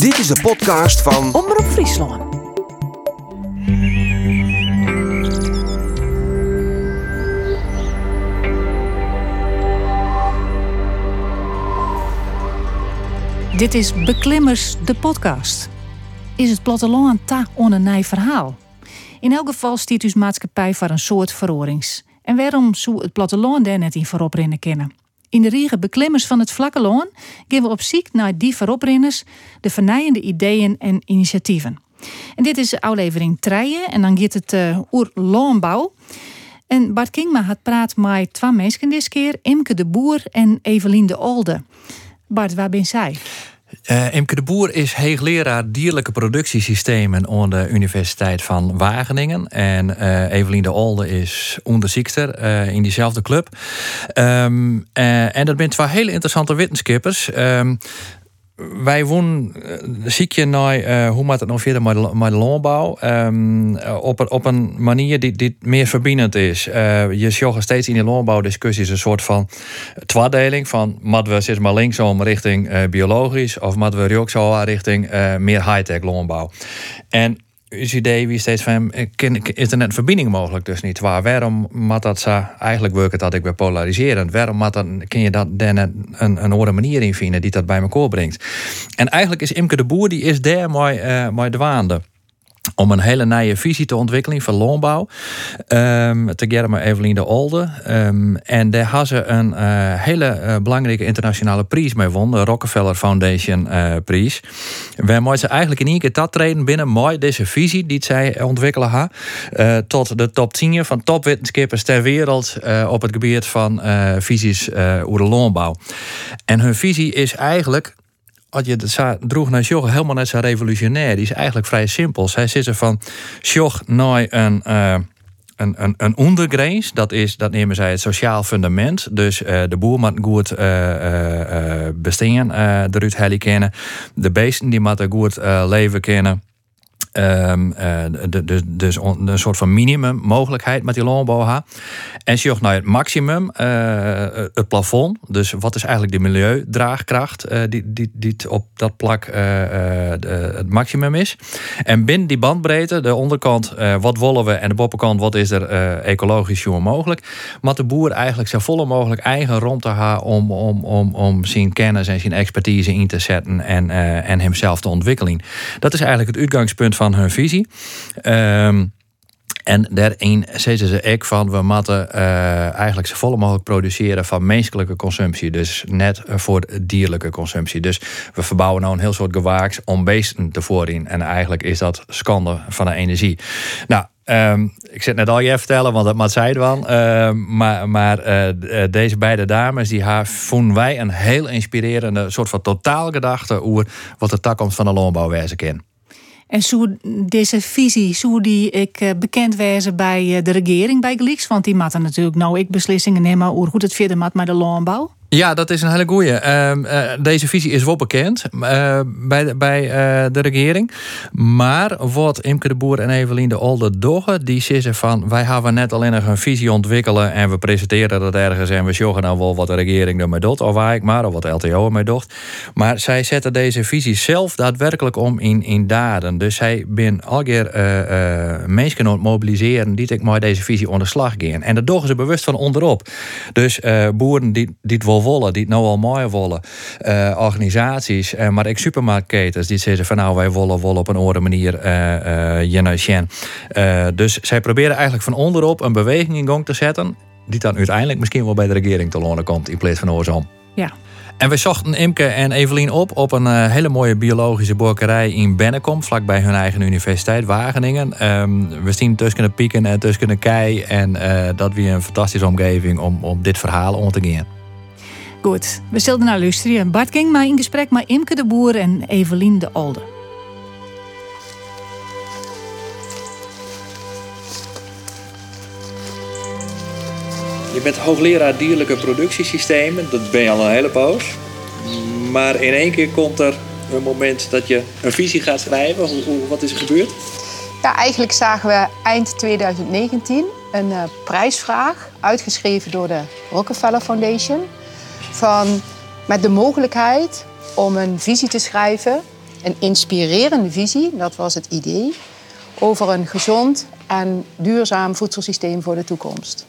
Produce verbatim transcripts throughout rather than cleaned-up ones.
Dit is de podcast van Omroep Friesland. Dit is Beklimmers, de podcast. Is het platteland ta on een nij verhaal? In elk geval stiet uw maatschappij voor een soort verorings. En waarom zou het platteland daar net in voorop rennen kennen? In de riege Beklimmers van het vlakke loon gaan we op zoek naar die vooroprinners, de vernijende ideeën en initiatieven. En dit is aflevering drie en dan gaat het uh, over landbouw. En Bart Kingma had praat met twee mensen dit keer, Imke de Boer en Evelien de Olde. Bart, waar ben zij? Uh, Imke de Boer is hoogleraar dierlijke productiesystemen aan de Universiteit van Wageningen. En uh, Evelien de Olde is onderzoekster uh, in diezelfde club. Um, uh, en dat zijn twee hele interessante wetenschappers. Um, Wij wonen ziekje naar uh, hoe moet het nou verder met de, met de landbouw um, op, een, op een manier die, die meer verbindend is. Uh, je ziet steeds in de landbouwdiscussies een soort van tweedeling van moeten we zeg maar linksom richting uh, biologisch of moeten we rechtsom richting uh, meer high-tech landbouw. En uw idee wie steeds van is er net een verbinding mogelijk dus niet waar? Waarom moet dat zo eigenlijk werken dat ik weer polariserend? Waarom moet dat, kun je dat dan een, een andere manier in vinden die dat bij elkaar brengt? En eigenlijk is Imke de Boer die is daar mooi uh, mooi dwaande. Om een hele nieuwe visie te ontwikkelen van landbouw. Um, Together met Evelien de Olde. Um, en daar had ze een uh, hele uh, belangrijke internationale prijs mee won. De Rockefeller Foundation uh, prijs. Waar ze eigenlijk in één keer dat treden binnen mooi deze visie die zij ontwikkelen ha, uh, tot de top tien van topwetenschappers ter wereld uh, op het gebied van uh, visies uh, over de landbouw. En hun visie is eigenlijk, als je het droeg naar Sjog, helemaal net zo revolutionair. Die is eigenlijk vrij simpel. Zij zitten van Sjog naar een, uh, een, een, een ondergrens. Dat, is, dat nemen zij het sociaal fundament. Dus uh, de boer moet goed uh, uh, bestaan, uh, eruit heli kennen. De beesten die moeten goed uh, leven kennen. Um, uh, de, de, dus on, een soort van minimum mogelijkheid met die landbouw ha. En zie je naar het maximum, uh, het plafond. Dus wat is eigenlijk de milieudraagkracht uh, die, die, die op dat plak uh, uh, de, het maximum is. En binnen die bandbreedte, de onderkant, uh, wat willen we en de bovenkant, wat is er uh, ecologisch mogelijk. Maar de boer eigenlijk zo volle mogelijk eigen rond te hebben om, om, om, om zijn kennis en zijn expertise in te zetten en, uh, en hemzelf te ontwikkelen. Dat is eigenlijk het uitgangspunt van van hun visie. Um, en daarin zeggen ze ook van we moeten uh, eigenlijk zo volle mogelijk produceren van menselijke consumptie. Dus net voor dierlijke consumptie. Dus we verbouwen nou een heel soort gewaaks om beesten te voorzien. En eigenlijk is dat schande van de energie. Nou, Um, ik zit net al je even vertellen, want dat maakt zij dan. Uh, maar maar uh, deze beide dames, die haar vonden wij een heel inspirerende soort van totaalgedachte over wat de toekomst van de landbouw wezen kan. En zou deze visie, zou die ik bekend wezen bij de regering bij Gelieks? Want die moeten natuurlijk nou ik beslissingen nemen over hoe het verder moet met de landbouw. Ja, dat is een hele goeie. Uh, uh, deze visie is wel bekend uh, bij, de, bij uh, de regering. Maar wat Imke de Boer en Evelien de Olde doggen, die zeggen van wij hebben net alleen nog een visie ontwikkelen en we presenteren dat ergens en we zorgen dan wel wat de regering ermee doet, of waar ik maar, of wat de L T O ermee doet. Maar zij zetten deze visie zelf daadwerkelijk om in, in daden. Dus zij zijn al keer uh, uh, mensen aan het mobiliseren die ik maar deze visie onder slag gaan. En dat doggen ze bewust van onderop. Dus uh, boeren die, die het wel willen, die het nou al mooi willen, uh, organisaties, uh, maar ook supermarktketens die zeggen van nou wij willen, willen op een andere manier uh, uh, uh, dus zij proberen eigenlijk van onderop een beweging in gang te zetten die dan uiteindelijk misschien wel bij de regering te lonen komt in plaats van oorzaam. Ja. En we zochten Imke en Evelien op op een uh, hele mooie biologische boerderij in Bennekom, vlakbij hun eigen universiteit Wageningen. Um, we zien tussen de pieken en tussen de kei en uh, dat weer een fantastische omgeving om, om dit verhaal om te gaan. Goed, we zullen naar luisteren. Bart Kingma in gesprek met Imke de Boer en Evelien de Olde. Je bent hoogleraar dierlijke productiesystemen, dat ben je al een hele poos. Maar in één keer komt er een moment dat je een visie gaat schrijven. Hoe, hoe, wat is er gebeurd? Ja, eigenlijk zagen we eind twintig negentien een uh, prijsvraag uitgeschreven door de Rockefeller Foundation. Van, met de mogelijkheid om een visie te schrijven een inspirerende visie, dat was het idee, over een gezond en duurzaam voedselsysteem voor de toekomst.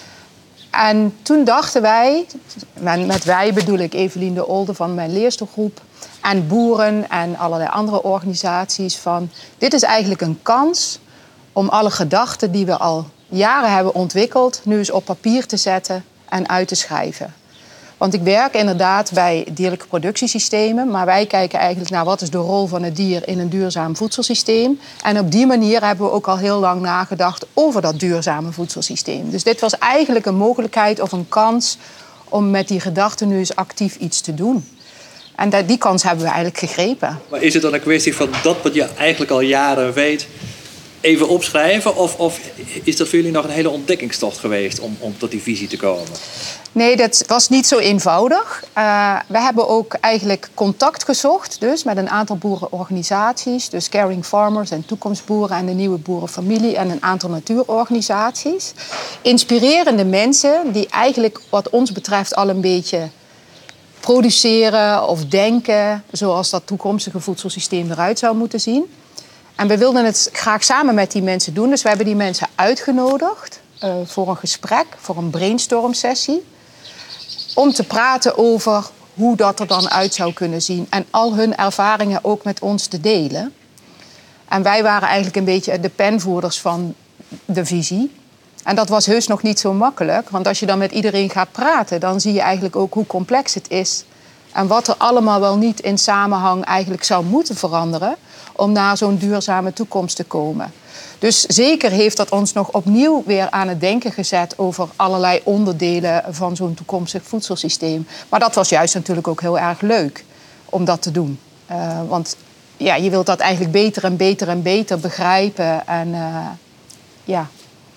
En toen dachten wij, met wij bedoel ik Evelien de Olde van mijn leerstoelgroep en boeren en allerlei andere organisaties, van dit is eigenlijk een kans om alle gedachten die we al jaren hebben ontwikkeld nu eens op papier te zetten en uit te schrijven. Want ik werk inderdaad bij dierlijke productiesystemen, maar wij kijken eigenlijk naar wat is de rol van het dier in een duurzaam voedselsysteem. En op die manier hebben we ook al heel lang nagedacht over dat duurzame voedselsysteem. Dus dit was eigenlijk een mogelijkheid of een kans om met die gedachten nu eens actief iets te doen. En die kans hebben we eigenlijk gegrepen. Maar is het dan een kwestie van dat wat je eigenlijk al jaren weet even opschrijven? Of, of is dat voor jullie nog een hele ontdekkingstocht geweest om, om tot die visie te komen? Nee, dat was niet zo eenvoudig. Uh, we hebben ook eigenlijk contact gezocht dus met een aantal boerenorganisaties. Dus Caring Farmers en Toekomstboeren en de Nieuwe Boerenfamilie en een aantal natuurorganisaties. Inspirerende mensen die eigenlijk wat ons betreft al een beetje produceren of denken zoals dat toekomstige voedselsysteem eruit zou moeten zien. En we wilden het graag samen met die mensen doen. Dus we hebben die mensen uitgenodigd uh, voor een gesprek, voor een brainstorm-sessie. Om te praten over hoe dat er dan uit zou kunnen zien. En al hun ervaringen ook met ons te delen. En wij waren eigenlijk een beetje de penvoerders van de visie. En dat was heus nog niet zo makkelijk. Want als je dan met iedereen gaat praten, dan zie je eigenlijk ook hoe complex het is. En wat er allemaal wel niet in samenhang eigenlijk zou moeten veranderen om naar zo'n duurzame toekomst te komen. Dus zeker heeft dat ons nog opnieuw weer aan het denken gezet over allerlei onderdelen van zo'n toekomstig voedselsysteem. Maar dat was juist natuurlijk ook heel erg leuk om dat te doen. Uh, want ja, je wilt dat eigenlijk beter en beter en beter begrijpen. En, uh, ja.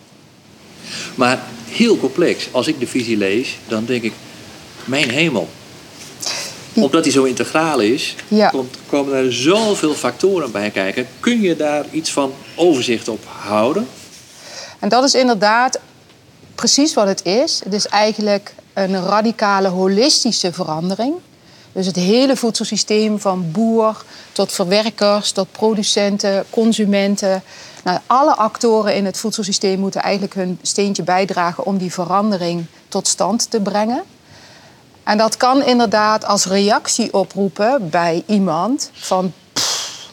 Maar heel complex. Als ik de visie lees, dan denk ik, mijn hemel. Omdat die zo integraal is, ja. komt, komen er zoveel factoren bij kijken. Kun je daar iets van overzicht op houden? En dat is inderdaad precies wat het is. Het is eigenlijk een radicale holistische verandering. Dus het hele voedselsysteem van boer tot verwerkers, tot producenten, consumenten. Nou, alle actoren in het voedselsysteem moeten eigenlijk hun steentje bijdragen om die verandering tot stand te brengen. En dat kan inderdaad als reactie oproepen bij iemand van pff,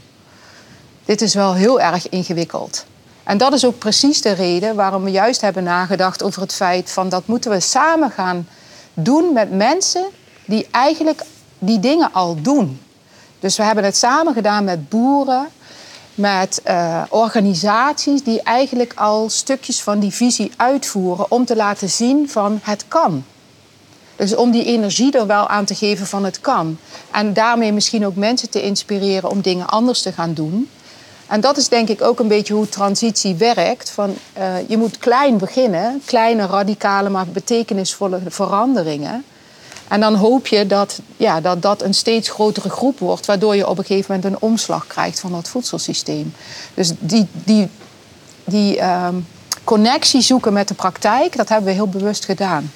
dit is wel heel erg ingewikkeld. En dat is ook precies de reden waarom we juist hebben nagedacht over het feit van dat moeten we samen gaan doen met mensen die eigenlijk die dingen al doen. Dus we hebben het samen gedaan met boeren, met uh, organisaties die eigenlijk al stukjes van die visie uitvoeren om te laten zien van het kan. Dus om die energie er wel aan te geven van het kan. En daarmee misschien ook mensen te inspireren om dingen anders te gaan doen. En dat is denk ik ook een beetje hoe transitie werkt. Van, uh, je moet klein beginnen, kleine, radicale, maar betekenisvolle veranderingen. En dan hoop je dat, ja, dat dat een steeds grotere groep wordt, waardoor je op een gegeven moment een omslag krijgt van dat voedselsysteem. Dus die, die, die uh, connectie zoeken met de praktijk, dat hebben we heel bewust gedaan.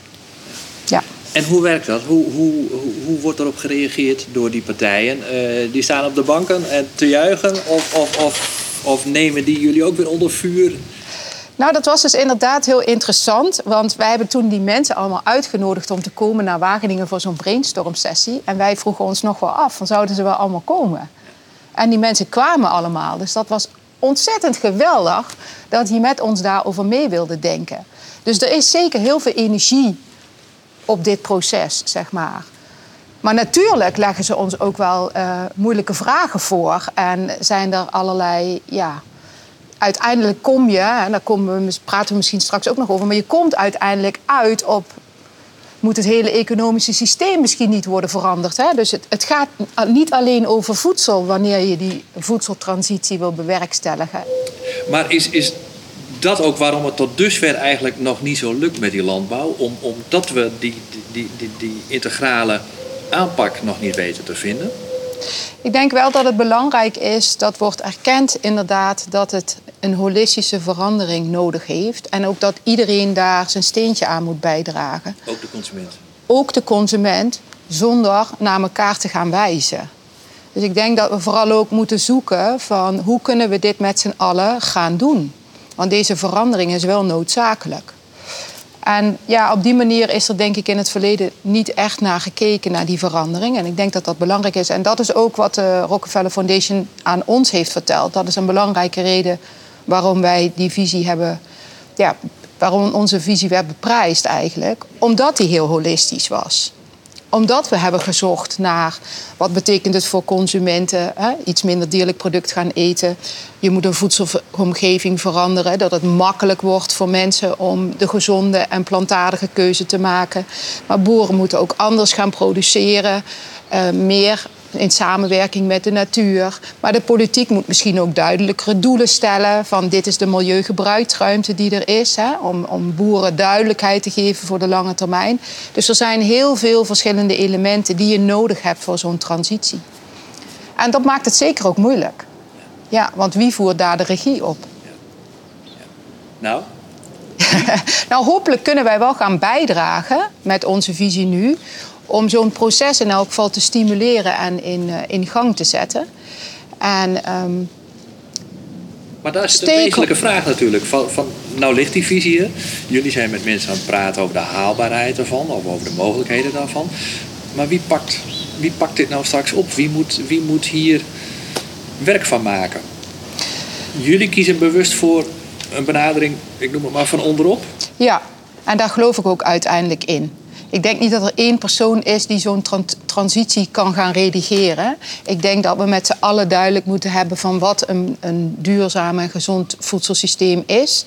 Ja. En hoe werkt dat? Hoe, hoe, hoe wordt erop gereageerd door die partijen? Uh, die staan op de banken en te juichen? Of, of, of, of nemen die jullie ook weer onder vuur? Nou, dat was dus inderdaad heel interessant. Want wij hebben toen die mensen allemaal uitgenodigd om te komen naar Wageningen voor zo'n brainstorm-sessie. En wij vroegen ons nog wel af, van zouden ze wel allemaal komen? En die mensen kwamen allemaal. Dus dat was ontzettend geweldig dat die met ons daarover mee wilden denken. Dus er is zeker heel veel energie op dit proces, zeg maar. Maar natuurlijk leggen ze ons ook wel uh, moeilijke vragen voor. En zijn er allerlei, ja... Uiteindelijk kom je, en daar komen we, praten we misschien straks ook nog over... maar je komt uiteindelijk uit op... moet het hele economische systeem misschien niet worden veranderd. Hè? Dus het, het gaat niet alleen over voedsel... wanneer je die voedseltransitie wil bewerkstelligen. Maar is... is... dat ook waarom het tot dusver eigenlijk nog niet zo lukt met die landbouw? Om, omdat we die, die, die, die integrale aanpak nog niet weten te vinden? Ik denk wel dat het belangrijk is, dat wordt erkend inderdaad... dat het een holistische verandering nodig heeft. En ook dat iedereen daar zijn steentje aan moet bijdragen. Ook de consument? Ook de consument, zonder naar elkaar te gaan wijzen. Dus ik denk dat we vooral ook moeten zoeken van hoe kunnen we dit met z'n allen gaan doen. Want deze verandering is wel noodzakelijk. En ja, op die manier is er denk ik in het verleden niet echt naar gekeken, naar die verandering. En ik denk dat dat belangrijk is. En dat is ook wat de Rockefeller Foundation aan ons heeft verteld. Dat is een belangrijke reden waarom wij die visie hebben, ja, waarom onze visie werd beprijsd eigenlijk. Omdat die heel holistisch was. Omdat we hebben gezocht naar wat betekent het voor consumenten, hè? Iets minder dierlijk product gaan eten. Je moet een voedselomgeving veranderen, dat het makkelijk wordt voor mensen om de gezonde en plantaardige keuze te maken. Maar boeren moeten ook anders gaan produceren, uh, meer in samenwerking met de natuur. Maar de politiek moet misschien ook duidelijkere doelen stellen van dit is de milieugebruiksruimte die er is, hè, om, om boeren duidelijkheid te geven voor de lange termijn. Dus er zijn heel veel verschillende elementen die je nodig hebt voor zo'n transitie. En dat maakt het zeker ook moeilijk. Ja, want wie voert daar de regie op? Ja. Ja. Nou? Nou, hopelijk kunnen wij wel gaan bijdragen met onze visie nu om zo'n proces in elk geval te stimuleren en in, uh, in gang te zetten. En, um, maar daar is de wezenlijke vraag natuurlijk. Van, van, nou ligt die visie er. Jullie zijn met mensen aan het praten over de haalbaarheid ervan, of over de mogelijkheden daarvan. Maar wie pakt, wie pakt dit nou straks op? Wie moet, wie moet hier werk van maken? Jullie kiezen bewust voor een benadering, ik noem het maar, van onderop? Ja, en daar geloof ik ook uiteindelijk in. Ik denk niet dat er één persoon is die zo'n tra- transitie kan gaan redigeren. Ik denk dat we met z'n allen duidelijk moeten hebben van wat een, een duurzaam en gezond voedselsysteem is.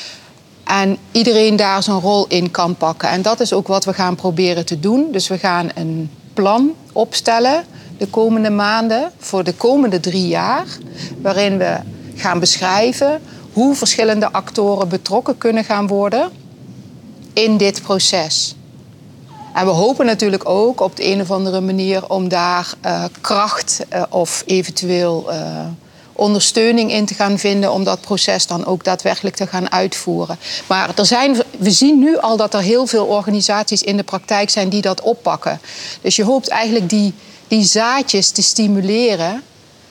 En iedereen daar zijn rol in kan pakken. En dat is ook wat we gaan proberen te doen. Dus we gaan een plan opstellen de komende maanden voor de komende drie jaar. Waarin we gaan beschrijven hoe verschillende actoren betrokken kunnen gaan worden in dit proces. En we hopen natuurlijk ook op de een of andere manier om daar uh, kracht uh, of eventueel uh, ondersteuning in te gaan vinden om dat proces dan ook daadwerkelijk te gaan uitvoeren. Maar er zijn, we zien nu al dat er heel veel organisaties in de praktijk zijn die dat oppakken. Dus je hoopt eigenlijk die, die zaadjes te stimuleren,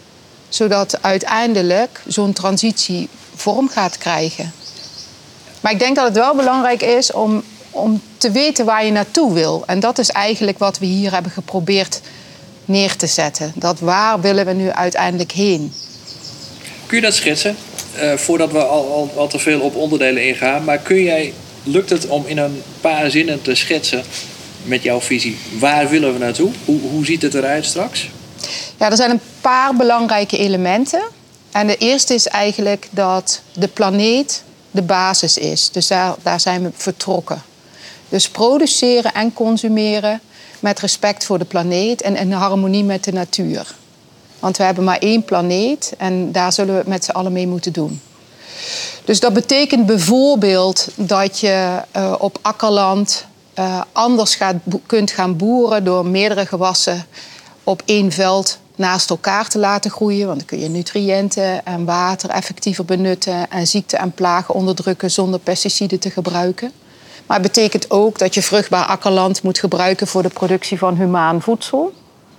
zodat uiteindelijk zo'n transitie vorm gaat krijgen. Maar ik denk dat het wel belangrijk is om, om te weten waar je naartoe wil. En dat is eigenlijk wat we hier hebben geprobeerd neer te zetten. Dat waar willen we nu uiteindelijk heen? Kun je dat schetsen? Uh, voordat we al, al, al te veel op onderdelen ingaan. Maar kun jij, lukt het om in een paar zinnen te schetsen met jouw visie? Waar willen we naartoe? Hoe, hoe ziet het eruit straks? Ja, er zijn een paar belangrijke elementen. En de eerste is eigenlijk dat de planeet de basis is. Dus daar, daar zijn we vertrokken. Dus produceren en consumeren met respect voor de planeet en in harmonie met de natuur. Want we hebben maar één planeet en daar zullen we het met z'n allen mee moeten doen. Dus dat betekent bijvoorbeeld dat je uh, op akkerland uh, anders gaat, kunt gaan boeren door meerdere gewassen op één veld naast elkaar te laten groeien. Want dan kun je nutriënten en water effectiever benutten en ziekten en plagen onderdrukken zonder pesticiden te gebruiken. Maar het betekent ook dat je vruchtbaar akkerland moet gebruiken voor de productie van humaan voedsel.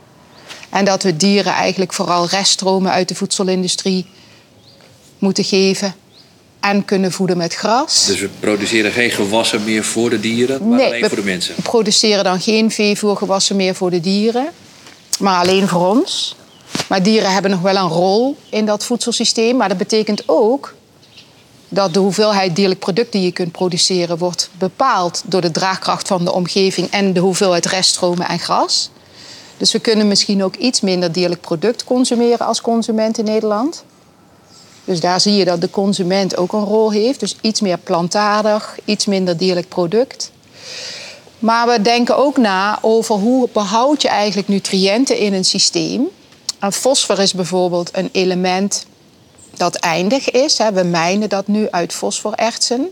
En dat we dieren eigenlijk vooral reststromen uit de voedselindustrie moeten geven en kunnen voeden met gras. Dus we produceren geen gewassen meer voor de dieren, maar nee, alleen voor de mensen? We produceren dan geen veevoergewassen meer voor de dieren, maar alleen voor ons. Maar dieren hebben nog wel een rol in dat voedselsysteem. Maar dat betekent ook dat de hoeveelheid dierlijk product die je kunt produceren wordt bepaald door de draagkracht van de omgeving en de hoeveelheid reststromen en gras. Dus we kunnen misschien ook iets minder dierlijk product consumeren als consument in Nederland. Dus daar zie je dat de consument ook een rol heeft. Dus iets meer plantaardig, iets minder dierlijk product. Maar we denken ook na over hoe behoud je eigenlijk nutriënten in een systeem. En fosfor is bijvoorbeeld een element dat eindig is. We mijnen dat nu uit fosforertsen.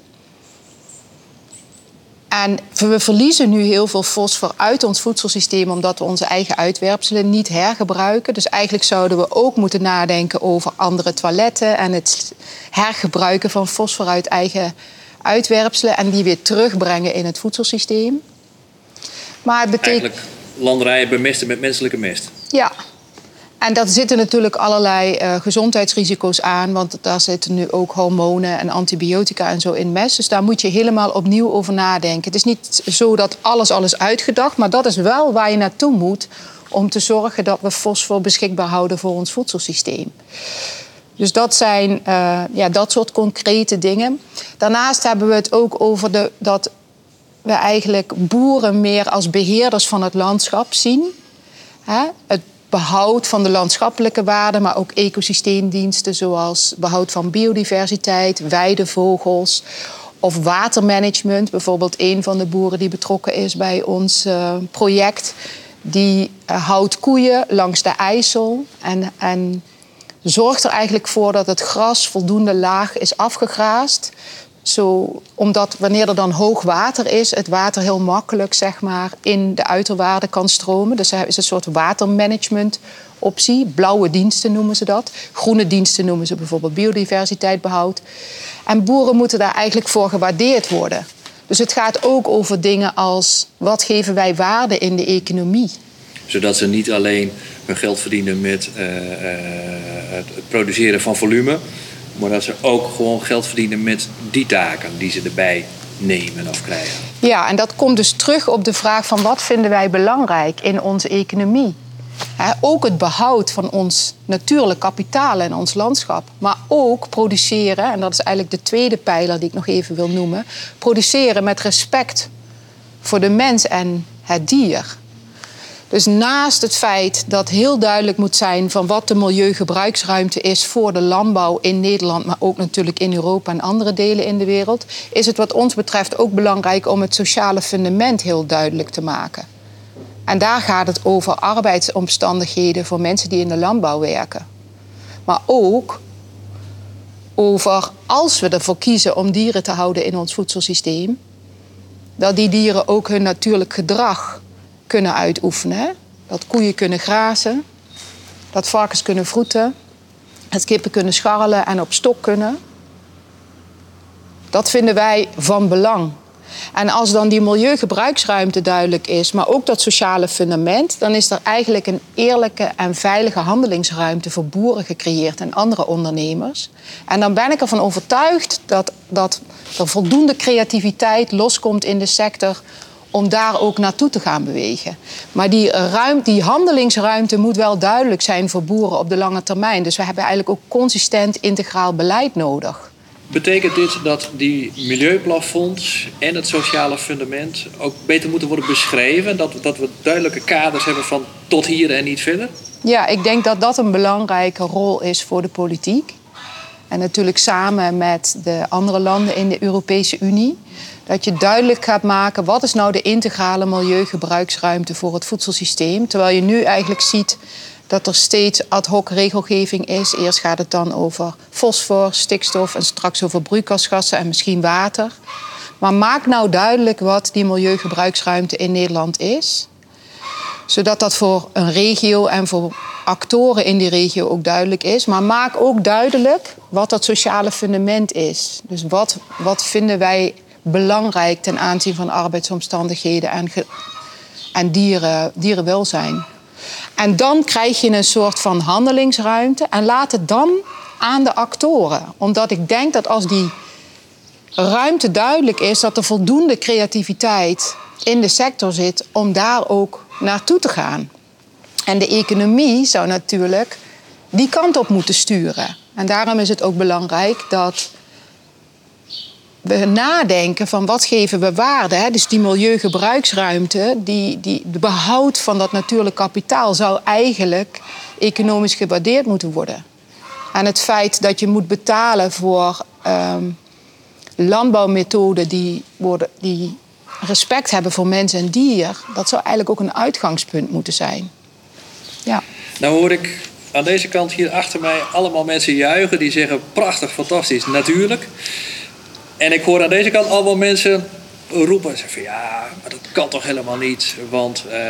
En we verliezen nu heel veel fosfor uit ons voedselsysteem omdat we onze eigen uitwerpselen niet hergebruiken. Dus eigenlijk zouden we ook moeten nadenken over andere toiletten en het hergebruiken van fosfor uit eigen uitwerpselen en die weer terugbrengen in het voedselsysteem. Maar het betekent... Eigenlijk landerijen bemesten met menselijke mest. Ja. En daar zitten natuurlijk allerlei uh, gezondheidsrisico's aan. Want daar zitten nu ook hormonen en antibiotica en zo in mes. Dus daar moet je helemaal opnieuw over nadenken. Het is niet zo dat alles al is uitgedacht. Maar dat is wel waar je naartoe moet om te zorgen dat we fosfor beschikbaar houden voor ons voedselsysteem. Dus dat zijn uh, ja, dat soort concrete dingen. Daarnaast hebben we het ook over de, dat we eigenlijk boeren meer als beheerders van het landschap zien. Hè? Het behoud van de landschappelijke waarden, maar ook ecosysteemdiensten zoals behoud van biodiversiteit, weidevogels of watermanagement. Bijvoorbeeld een van de boeren die betrokken is bij ons uh, project, die uh, houdt koeien langs de IJssel en, en zorgt er eigenlijk voor dat het gras voldoende laag is afgegraasd. Zo, omdat wanneer er dan hoog water is, het water heel makkelijk zeg maar, in de uiterwaarden kan stromen. Dus er is een soort watermanagement optie. Blauwe diensten noemen ze dat. Groene diensten noemen ze bijvoorbeeld biodiversiteitsbehoud. En boeren moeten daar eigenlijk voor gewaardeerd worden. Dus het gaat ook over dingen als wat geven wij waarde in de economie. Zodat ze niet alleen hun geld verdienen met uh, uh, het produceren van volume, maar dat ze ook gewoon geld verdienen met die taken die ze erbij nemen of krijgen. Ja, en dat komt dus terug op de vraag van wat vinden wij belangrijk in onze economie. He, ook het behoud van ons natuurlijk kapitaal en ons landschap. Maar ook produceren, en dat is eigenlijk de tweede pijler die ik nog even wil noemen. Produceren met respect voor de mens en het dier. Dus naast het feit dat heel duidelijk moet zijn van wat de milieugebruiksruimte is voor de landbouw in Nederland, maar ook natuurlijk in Europa en andere delen in de wereld, is het wat ons betreft ook belangrijk om het sociale fundament heel duidelijk te maken. En daar gaat het over arbeidsomstandigheden voor mensen die in de landbouw werken. Maar ook over als we ervoor kiezen om dieren te houden in ons voedselsysteem, dat die dieren ook hun natuurlijk gedrag kunnen uitoefenen. Hè? Dat koeien kunnen grazen, dat varkens kunnen vroeten, dat kippen kunnen scharrelen en op stok kunnen. Dat vinden wij van belang. En als dan die milieugebruiksruimte duidelijk is, maar ook dat sociale fundament, dan is er eigenlijk een eerlijke en veilige handelingsruimte voor boeren gecreëerd en andere ondernemers. En dan ben ik ervan overtuigd dat, dat er voldoende creativiteit loskomt in de sector om daar ook naartoe te gaan bewegen. Maar die, ruimte, die handelingsruimte moet wel duidelijk zijn voor boeren op de lange termijn. Dus we hebben eigenlijk ook consistent integraal beleid nodig. Betekent dit dat die milieuplafonds en het sociale fundament ook beter moeten worden beschreven? Dat, dat we duidelijke kaders hebben van tot hier en niet verder? Ja, ik denk dat dat een belangrijke rol is voor de politiek. En natuurlijk samen met de andere landen in de Europese Unie. Dat je duidelijk gaat maken wat is nou de integrale milieugebruiksruimte voor het voedselsysteem. Terwijl je nu eigenlijk ziet dat er steeds ad hoc regelgeving is. Eerst gaat het dan over fosfor, stikstof en straks over broeikasgassen en misschien water. Maar maak nou duidelijk wat die milieugebruiksruimte in Nederland is. Zodat dat voor een regio en voor actoren in die regio ook duidelijk is. Maar maak ook duidelijk wat dat sociale fundament is. Dus wat, wat vinden wij belangrijk ten aanzien van arbeidsomstandigheden en, ge- en dieren, dierenwelzijn. En dan krijg je een soort van handelingsruimte en laat het dan aan de actoren. Omdat ik denk dat als die ruimte duidelijk is, dat er voldoende creativiteit in de sector zit om daar ook naartoe te gaan. En de economie zou natuurlijk die kant op moeten sturen. En daarom is het ook belangrijk dat we nadenken van wat geven we waarde. Hè? Dus die milieugebruiksruimte, die, die, de behoud van dat natuurlijk kapitaal zou eigenlijk economisch gewaardeerd moeten worden. En het feit dat je moet betalen voor um, landbouwmethoden die, worden, die respect hebben voor mens en dier, dat zou eigenlijk ook een uitgangspunt moeten zijn. Ja. Nou hoor ik aan deze kant hier achter mij allemaal mensen juichen die zeggen prachtig, fantastisch, natuurlijk. En ik hoor aan deze kant allemaal mensen roepen. Zeggen van ja, maar dat kan toch helemaal niet. Want uh, uh,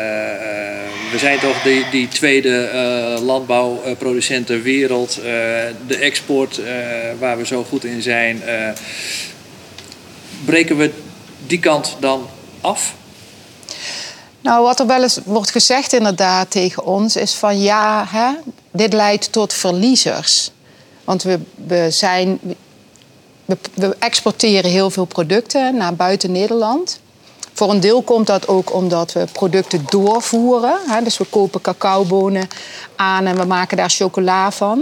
we zijn toch die, die tweede uh, landbouwproducent ter wereld. Uh, de export uh, waar we zo goed in zijn. Uh, breken we die kant dan af? Nou, wat er wel eens wordt gezegd inderdaad tegen ons is van ja, hè, dit leidt tot verliezers. Want we, we, zijn, we, we exporteren heel veel producten naar buiten Nederland. Voor een deel komt dat ook omdat we producten doorvoeren. Hè, dus we kopen cacaobonen aan en we maken daar chocola van.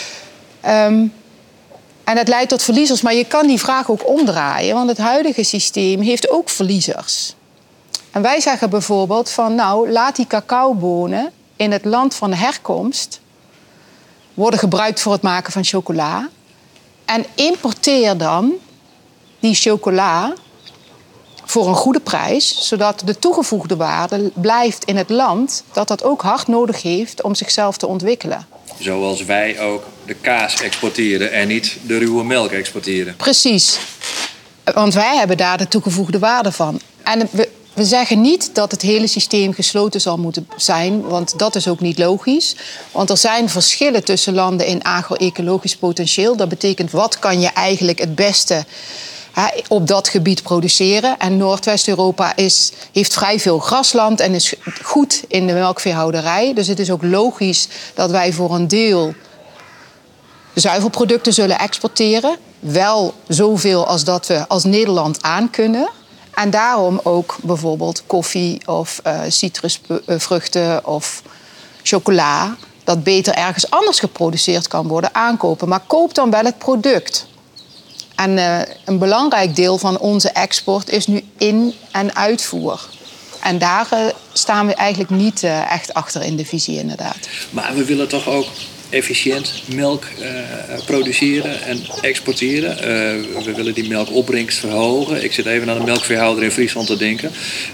Um, en dat leidt tot verliezers, maar je kan die vraag ook omdraaien. Want het huidige systeem heeft ook verliezers. En wij zeggen bijvoorbeeld van nou, laat die cacaobonen in het land van herkomst worden gebruikt voor het maken van chocola. En importeer dan die chocola voor een goede prijs, zodat de toegevoegde waarde blijft in het land dat dat ook hard nodig heeft om zichzelf te ontwikkelen. Zoals wij ook de kaas exporteren en niet de ruwe melk exporteren. Precies. Want wij hebben daar de toegevoegde waarde van. En we, we zeggen niet dat het hele systeem gesloten zal moeten zijn, want dat is ook niet logisch. Want er zijn verschillen tussen landen in agro-ecologisch potentieel. Dat betekent, wat kan je eigenlijk het beste op dat gebied produceren. En Noordwest-Europa is, heeft vrij veel grasland en is goed in de melkveehouderij. Dus het is ook logisch dat wij voor een deel zuivelproducten zullen exporteren. Wel zoveel als dat we als Nederland aan kunnen. En daarom ook bijvoorbeeld koffie of uh, citrusvruchten of chocola, dat beter ergens anders geproduceerd kan worden, aankopen. Maar koop dan wel het product. En uh, een belangrijk deel van onze export is nu in- en uitvoer. En daar uh, staan we eigenlijk niet uh, echt achter in de visie, inderdaad. Maar we willen toch ook efficiënt melk uh, produceren en exporteren. Uh, we willen die melkopbrengst verhogen. Ik zit even aan een melkveehouder in Friesland te denken.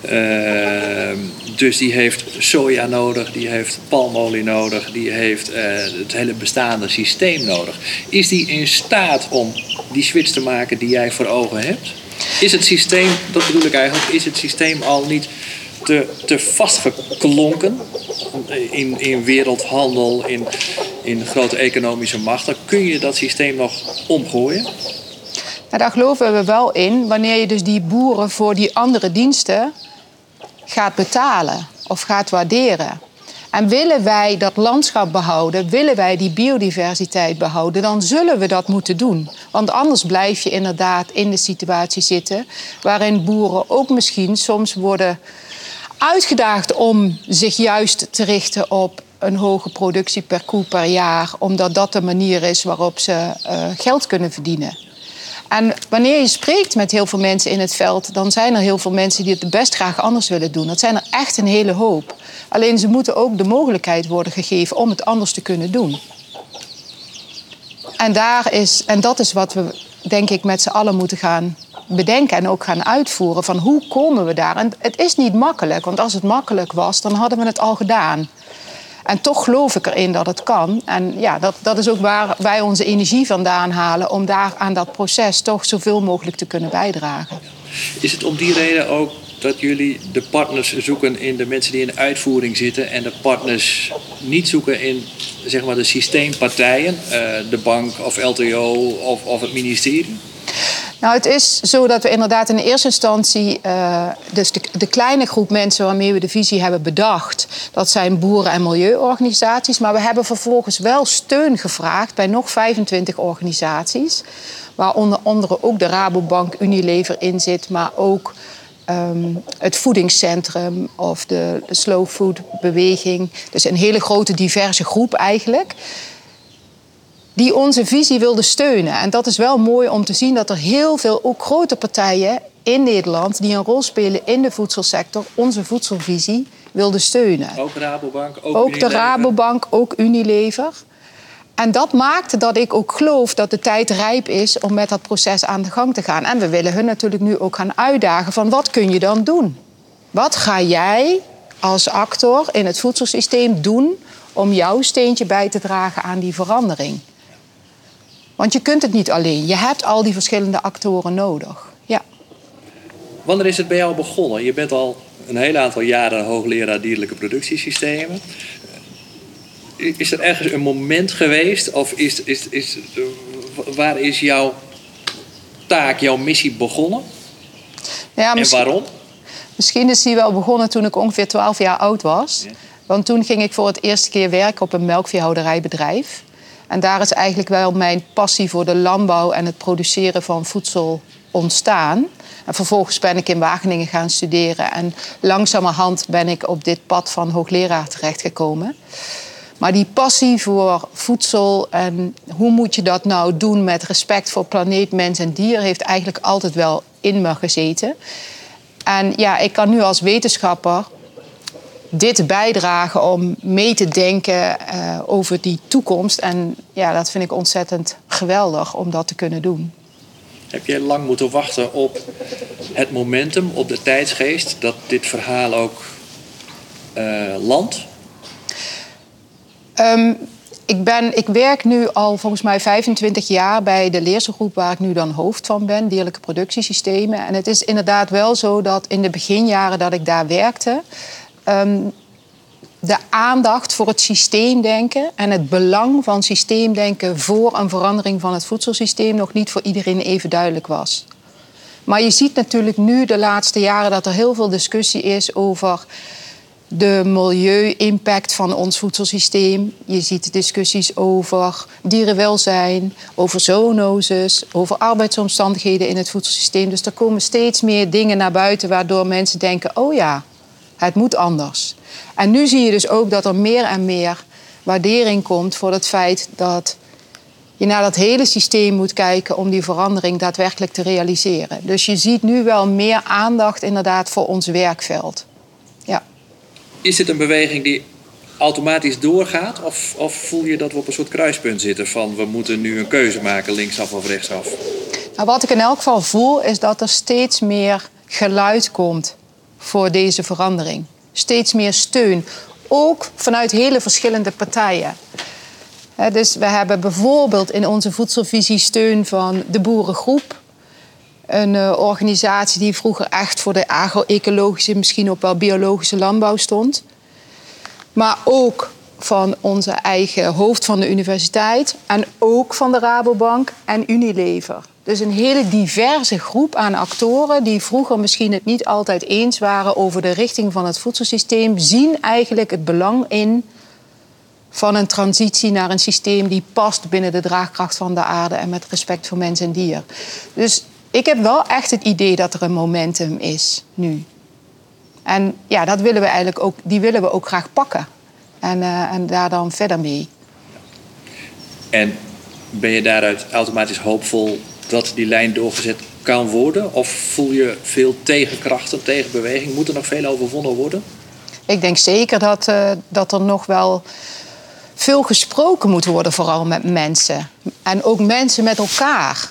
Uh, dus die heeft soja nodig, die heeft palmolie nodig, die heeft uh, het hele bestaande systeem nodig. Is die in staat om die switch te maken die jij voor ogen hebt? Is het systeem, dat bedoel ik eigenlijk, is het systeem al niet te, te vastgeklonken in, in wereldhandel, in, in grote economische macht? Dan kun je dat systeem nog omgooien? Nou, daar geloven we wel in. Wanneer je dus die boeren voor die andere diensten gaat betalen of gaat waarderen. En willen wij dat landschap behouden, willen wij die biodiversiteit behouden, dan zullen we dat moeten doen. Want anders blijf je inderdaad in de situatie zitten waarin boeren ook misschien soms worden uitgedaagd om zich juist te richten op een hoge productie per koe per jaar, omdat dat de manier is waarop ze uh, geld kunnen verdienen. En wanneer je spreekt met heel veel mensen in het veld, dan zijn er heel veel mensen die het best graag anders willen doen. Dat zijn er echt een hele hoop. Alleen ze moeten ook de mogelijkheid worden gegeven om het anders te kunnen doen. En, daar is, en dat is wat we, denk ik, met z'n allen moeten gaan bedenken en ook gaan uitvoeren. Van hoe komen we daar? En het is niet makkelijk, want als het makkelijk was, dan hadden we het al gedaan. En toch geloof ik erin dat het kan. En ja, dat, dat is ook waar wij onze energie vandaan halen om daar aan dat proces toch zoveel mogelijk te kunnen bijdragen. Is het om die reden ook dat jullie de partners zoeken in de mensen die in de uitvoering zitten en de partners niet zoeken in, zeg maar, de systeempartijen, de bank of L T O of, of het ministerie? Nou, het is zo dat we inderdaad in de eerste instantie, uh, dus de, de kleine groep mensen waarmee we de visie hebben bedacht, dat zijn boeren- en milieuorganisaties. Maar we hebben vervolgens wel steun gevraagd bij nog vijfentwintig organisaties, waar onder andere ook de Rabobank, Unilever in zit, maar ook um, het voedingscentrum of de, de slow food beweging. Dus een hele grote diverse groep eigenlijk, die onze visie wilde steunen. En dat is wel mooi om te zien dat er heel veel, ook grote partijen in Nederland, die een rol spelen in de voedselsector, onze voedselvisie wilden steunen. Ook de Rabobank, ook, ook Unilever. de Rabobank, ook Unilever. En dat maakte dat ik ook geloof dat de tijd rijp is om met dat proces aan de gang te gaan. En we willen hun natuurlijk nu ook gaan uitdagen van wat kun je dan doen? Wat ga jij als actor in het voedselsysteem doen om jouw steentje bij te dragen aan die verandering? Want je kunt het niet alleen. Je hebt al die verschillende actoren nodig. Ja. Wanneer is het bij jou begonnen? Je bent al een heel aantal jaren hoogleraar dierlijke productiesystemen. Is er ergens een moment geweest? Of is, is, is, waar is jouw taak, jouw missie begonnen? Ja, en waarom? Misschien is die wel begonnen toen ik ongeveer twaalf jaar oud was. Ja. Want toen ging ik voor het eerste keer werken op een melkveehouderijbedrijf. En daar is eigenlijk wel mijn passie voor de landbouw en het produceren van voedsel ontstaan. En vervolgens ben ik in Wageningen gaan studeren. En langzamerhand ben ik op dit pad van hoogleraar terechtgekomen. Maar die passie voor voedsel en hoe moet je dat nou doen met respect voor planeet, mens en dier heeft eigenlijk altijd wel in me gezeten. En ja, ik kan nu als wetenschapper dit bijdragen om mee te denken uh, over die toekomst. En ja, dat vind ik ontzettend geweldig om dat te kunnen doen. Heb jij lang moeten wachten op het momentum, op de tijdsgeest, dat dit verhaal ook uh, landt? Um, ik, ben, ik werk nu al volgens mij vijfentwintig jaar bij de Leerselgroep, waar ik nu dan hoofd van ben, dierlijke productiesystemen. En het is inderdaad wel zo dat in de beginjaren dat ik daar werkte, um, de aandacht voor het systeemdenken en het belang van systeemdenken voor een verandering van het voedselsysteem nog niet voor iedereen even duidelijk was. Maar je ziet natuurlijk nu de laatste jaren dat er heel veel discussie is over de milieu-impact van ons voedselsysteem. Je ziet discussies over dierenwelzijn, over zoonoses, over arbeidsomstandigheden in het voedselsysteem. Dus er komen steeds meer dingen naar buiten waardoor mensen denken, oh ja, het moet anders. En nu zie je dus ook dat er meer en meer waardering komt voor het feit dat je naar dat hele systeem moet kijken om die verandering daadwerkelijk te realiseren. Dus je ziet nu wel meer aandacht inderdaad voor ons werkveld. Ja. Is dit een beweging die automatisch doorgaat? Of, of voel je dat we op een soort kruispunt zitten van we moeten nu een keuze maken linksaf of rechtsaf? Nou, wat ik in elk geval voel is dat er steeds meer geluid komt voor deze verandering. Steeds meer steun. Ook vanuit hele verschillende partijen. He, dus we hebben bijvoorbeeld in onze voedselvisie steun van de Boerengroep. Een uh, organisatie die vroeger echt voor de agro-ecologische, misschien ook wel biologische landbouw stond. Maar ook van onze eigen hoofd van de universiteit. En ook van de Rabobank en Unilever. Dus een hele diverse groep aan actoren die vroeger misschien het niet altijd eens waren over de richting van het voedselsysteem, zien eigenlijk het belang in van een transitie naar een systeem die past binnen de draagkracht van de aarde en met respect voor mens en dier. Dus ik heb wel echt het idee dat er een momentum is nu. En ja, dat willen we eigenlijk ook, die willen we ook graag pakken. En, uh, en daar dan verder mee. En ben je daaruit automatisch hoopvol dat die lijn doorgezet kan worden? Of voel je veel tegenkrachten, tegenbeweging? Moet er nog veel overwonnen worden? Ik denk zeker dat, uh, dat er nog wel veel gesproken moet worden, vooral met mensen. En ook mensen met elkaar.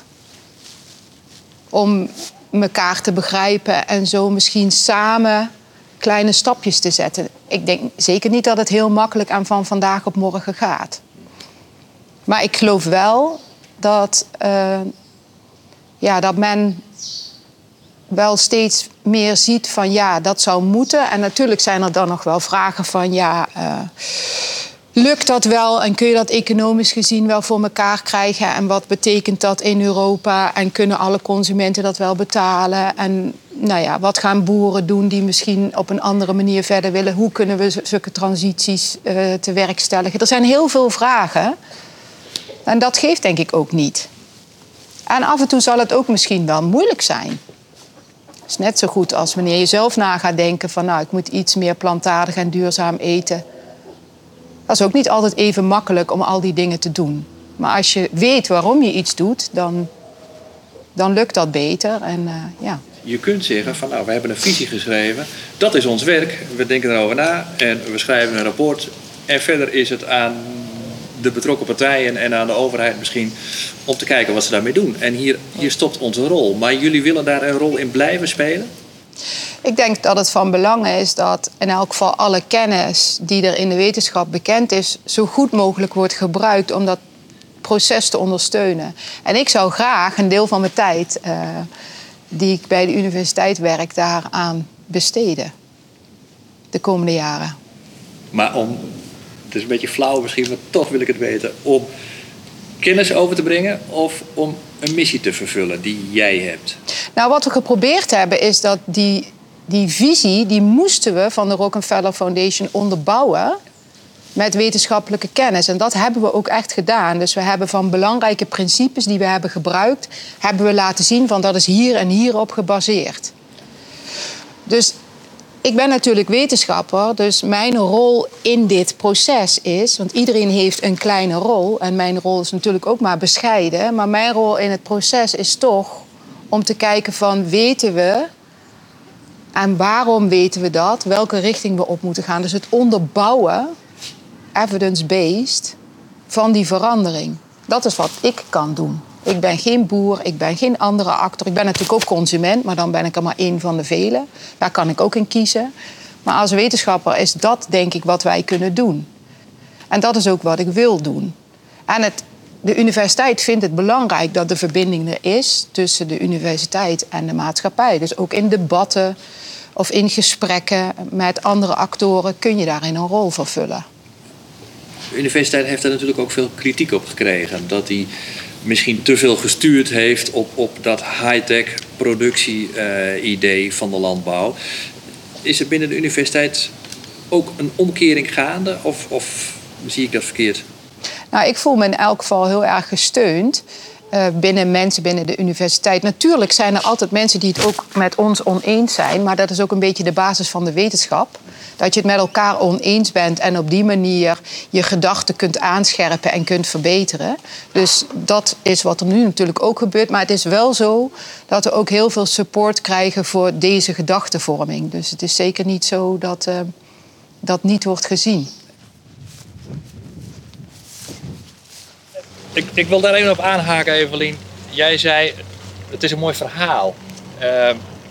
Om elkaar te begrijpen en zo misschien samen kleine stapjes te zetten. Ik denk zeker niet dat het heel makkelijk en van vandaag op morgen gaat. Maar ik geloof wel dat, uh, ja, dat men wel steeds meer ziet van ja, dat zou moeten. En natuurlijk zijn er dan nog wel vragen van ja, uh, lukt dat wel en kun je dat economisch gezien wel voor elkaar krijgen? En wat betekent dat in Europa? En kunnen alle consumenten dat wel betalen? En nou ja, wat gaan boeren doen die misschien op een andere manier verder willen? Hoe kunnen we zulke transities uh, te werkstelligen? Er zijn heel veel vragen. En dat geeft denk ik ook niet. En af en toe zal het ook misschien wel moeilijk zijn. Het is net zo goed als wanneer je zelf na gaat denken van nou, ik moet iets meer plantaardig en duurzaam eten. Dat is ook niet altijd even makkelijk om al die dingen te doen. Maar als je weet waarom je iets doet, dan, dan lukt dat beter. En, uh, ja. Je kunt zeggen van nou, we hebben een visie geschreven. Dat is ons werk. We denken erover na en we schrijven een rapport. En verder is het aan de betrokken partijen en aan de overheid misschien om te kijken wat ze daarmee doen. En hier, hier stopt onze rol. Maar jullie willen daar een rol in blijven spelen? Ik denk dat het van belang is dat in elk geval alle kennis die er in de wetenschap bekend is, zo goed mogelijk wordt gebruikt om dat proces te ondersteunen. En ik zou graag een deel van mijn tijd uh, die ik bij de universiteit werk daaraan besteden. De komende jaren. Maar om, het is een beetje flauw misschien, maar toch wil ik het weten, om kennis over te brengen of om een missie te vervullen die jij hebt? Nou, wat we geprobeerd hebben is dat die die visie die moesten we van de Rockefeller Foundation onderbouwen met wetenschappelijke kennis. En dat hebben we ook echt gedaan. Dus we hebben van belangrijke principes die we hebben gebruikt, hebben we laten zien van dat is hier en hierop gebaseerd. Dus ik ben natuurlijk wetenschapper, dus mijn rol in dit proces is, want iedereen heeft een kleine rol en mijn rol is natuurlijk ook maar bescheiden, maar mijn rol in het proces is toch om te kijken van weten we en waarom weten we dat, welke richting we op moeten gaan. Dus het onderbouwen, evidence-based, van die verandering. Dat is wat ik kan doen. Ik ben geen boer, ik ben geen andere actor. Ik ben natuurlijk ook consument, maar dan ben ik er maar één van de velen. Daar kan ik ook in kiezen. Maar als wetenschapper is dat denk ik wat wij kunnen doen. En dat is ook wat ik wil doen. En het, de universiteit vindt het belangrijk dat de verbinding er is tussen de universiteit en de maatschappij. Dus ook in debatten of in gesprekken met andere actoren kun je daarin een rol vervullen. De universiteit heeft daar natuurlijk ook veel kritiek op gekregen. Dat hij misschien te veel gestuurd heeft op, op dat high-tech productie-idee uh, van de landbouw. Is er binnen de universiteit ook een omkering gaande? Of, of zie ik dat verkeerd? Nou, ik voel me in elk geval heel erg gesteund uh, binnen mensen binnen de universiteit. Natuurlijk zijn er altijd mensen die het ook met ons oneens zijn. Maar dat is ook een beetje de basis van de wetenschap. Dat je het met elkaar oneens bent en op die manier je gedachten kunt aanscherpen en kunt verbeteren. Dus dat is wat er nu natuurlijk ook gebeurt. Maar het is wel zo dat we ook heel veel support krijgen voor deze gedachtenvorming. Dus het is zeker niet zo dat uh, dat niet wordt gezien. Ik, ik wil daar even op aanhaken, Evelien. Jij zei, het is een mooi verhaal. Uh,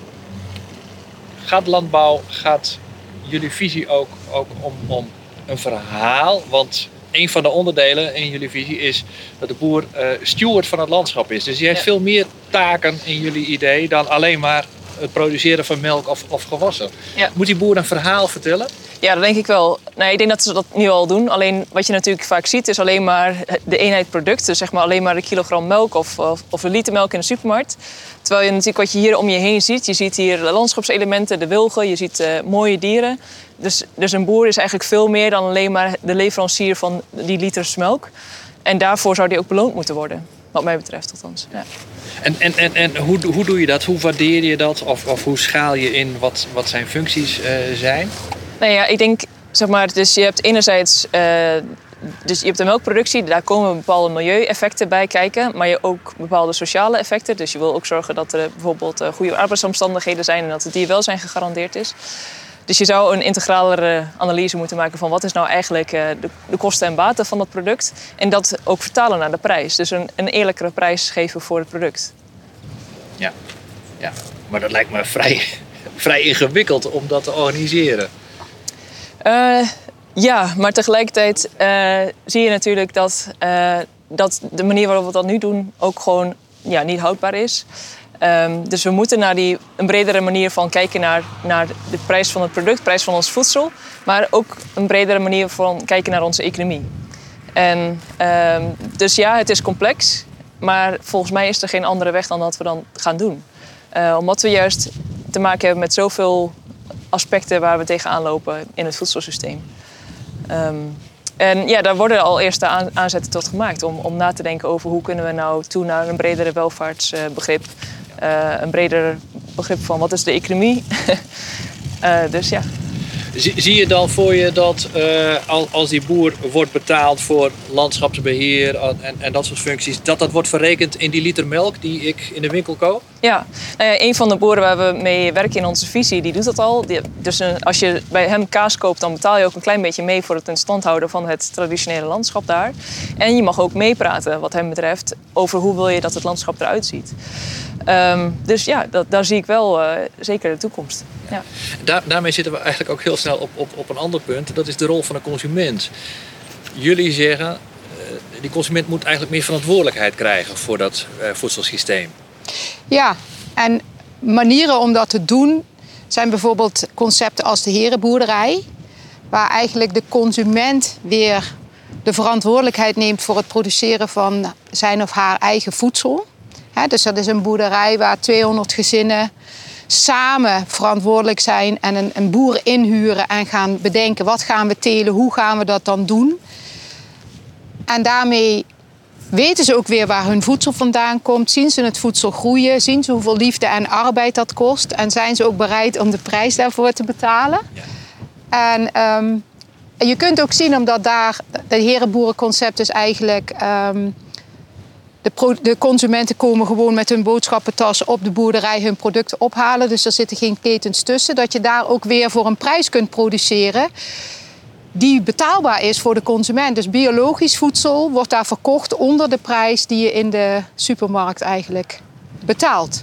gaat landbouw, gaat jullie visie ook, ook om, om een verhaal? Want een van de onderdelen in jullie visie is dat de boer uh, steward van het landschap is. Dus die heeft ja. veel meer taken in jullie idee dan alleen maar het produceren van melk of, of gewassen. Ja. Moet die boer een verhaal vertellen? Ja, dat denk ik wel. Nee, ik denk dat ze dat nu al doen. Alleen wat je natuurlijk vaak ziet is alleen maar de eenheid product. Dus zeg maar alleen maar een kilogram melk of, of, of een liter melk in de supermarkt. Terwijl je natuurlijk wat je hier om je heen ziet. Je ziet hier de landschapselementen, de wilgen, je ziet uh, mooie dieren. Dus, dus een boer is eigenlijk veel meer dan alleen maar de leverancier van die liters melk. En daarvoor zou die ook beloond moeten worden. Wat mij betreft althans. Ja. En, en, en, en hoe, hoe doe je dat? Hoe waardeer je dat? Of, of hoe schaal je in wat, wat zijn functies uh, zijn? Nou ja, ik denk, zeg maar, dus je hebt enerzijds, uh, dus je hebt de melkproductie, daar komen bepaalde milieueffecten bij kijken, maar je ook bepaalde sociale effecten. Dus je wil ook zorgen dat er bijvoorbeeld uh, goede arbeidsomstandigheden zijn en dat het dierwelzijn gegarandeerd is. Dus je zou een integralere analyse moeten maken van wat is nou eigenlijk uh, de, de kosten en baten van dat product. En dat ook vertalen naar de prijs. Dus een, een eerlijkere prijs geven voor het product. Ja, ja. Maar dat lijkt me vrij, vrij ingewikkeld om dat te organiseren. Uh, ja, maar tegelijkertijd uh, zie je natuurlijk dat, uh, dat de manier waarop we dat nu doen ook gewoon ja, niet houdbaar is. Um, dus we moeten naar die, een bredere manier van kijken naar, naar de prijs van het product, de prijs van ons voedsel. Maar ook een bredere manier van kijken naar onze economie. En, um, dus ja, het is complex. Maar volgens mij is er geen andere weg dan dat we dan gaan doen. Uh, omdat we juist te maken hebben met zoveel aspecten waar we tegenaan lopen in het voedselsysteem. Um, en ja, daar worden al eerste aan, aanzetten tot gemaakt om, om na te denken over hoe kunnen we nou toe naar een bredere welvaartsbegrip. Uh, een breder begrip van wat is de economie. uh, dus ja. Zie, zie je dan voor je dat uh, als die boer wordt betaald voor landschapsbeheer en, en dat soort functies, dat dat wordt verrekend in die liter melk die ik in de winkel koop? Ja, nou ja, een van de boeren waar we mee werken in onze visie, die doet dat al. Die, dus een, als je bij hem kaas koopt, dan betaal je ook een klein beetje mee voor het in stand houden van het traditionele landschap daar. En je mag ook meepraten wat hem betreft over hoe wil je dat het landschap eruit ziet. Um, dus ja, dat, daar zie ik wel uh, zeker de toekomst. Ja. Daar, daarmee zitten we eigenlijk ook heel snel op, op, op een ander punt. Dat is de rol van de consument. Jullie zeggen, uh, die consument moet eigenlijk meer verantwoordelijkheid krijgen voor dat uh, voedselsysteem. Ja, en manieren om dat te doen zijn bijvoorbeeld concepten als de herenboerderij. Waar eigenlijk de consument weer de verantwoordelijkheid neemt voor het produceren van zijn of haar eigen voedsel. He, dus dat is een boerderij waar tweehonderd gezinnen samen verantwoordelijk zijn en een, een boer inhuren en gaan bedenken wat gaan we telen, hoe gaan we dat dan doen. En daarmee weten ze ook weer waar hun voedsel vandaan komt, zien ze het voedsel groeien, zien ze hoeveel liefde en arbeid dat kost en zijn ze ook bereid om de prijs daarvoor te betalen. Ja. En um, je kunt ook zien, omdat daar het herenboerenconcept is eigenlijk um, De, pro- de consumenten komen gewoon met hun boodschappentas op de boerderij hun producten ophalen. Dus er zitten geen ketens tussen. Dat je daar ook weer voor een prijs kunt produceren die betaalbaar is voor de consument. Dus biologisch voedsel wordt daar verkocht onder de prijs die je in de supermarkt eigenlijk betaalt.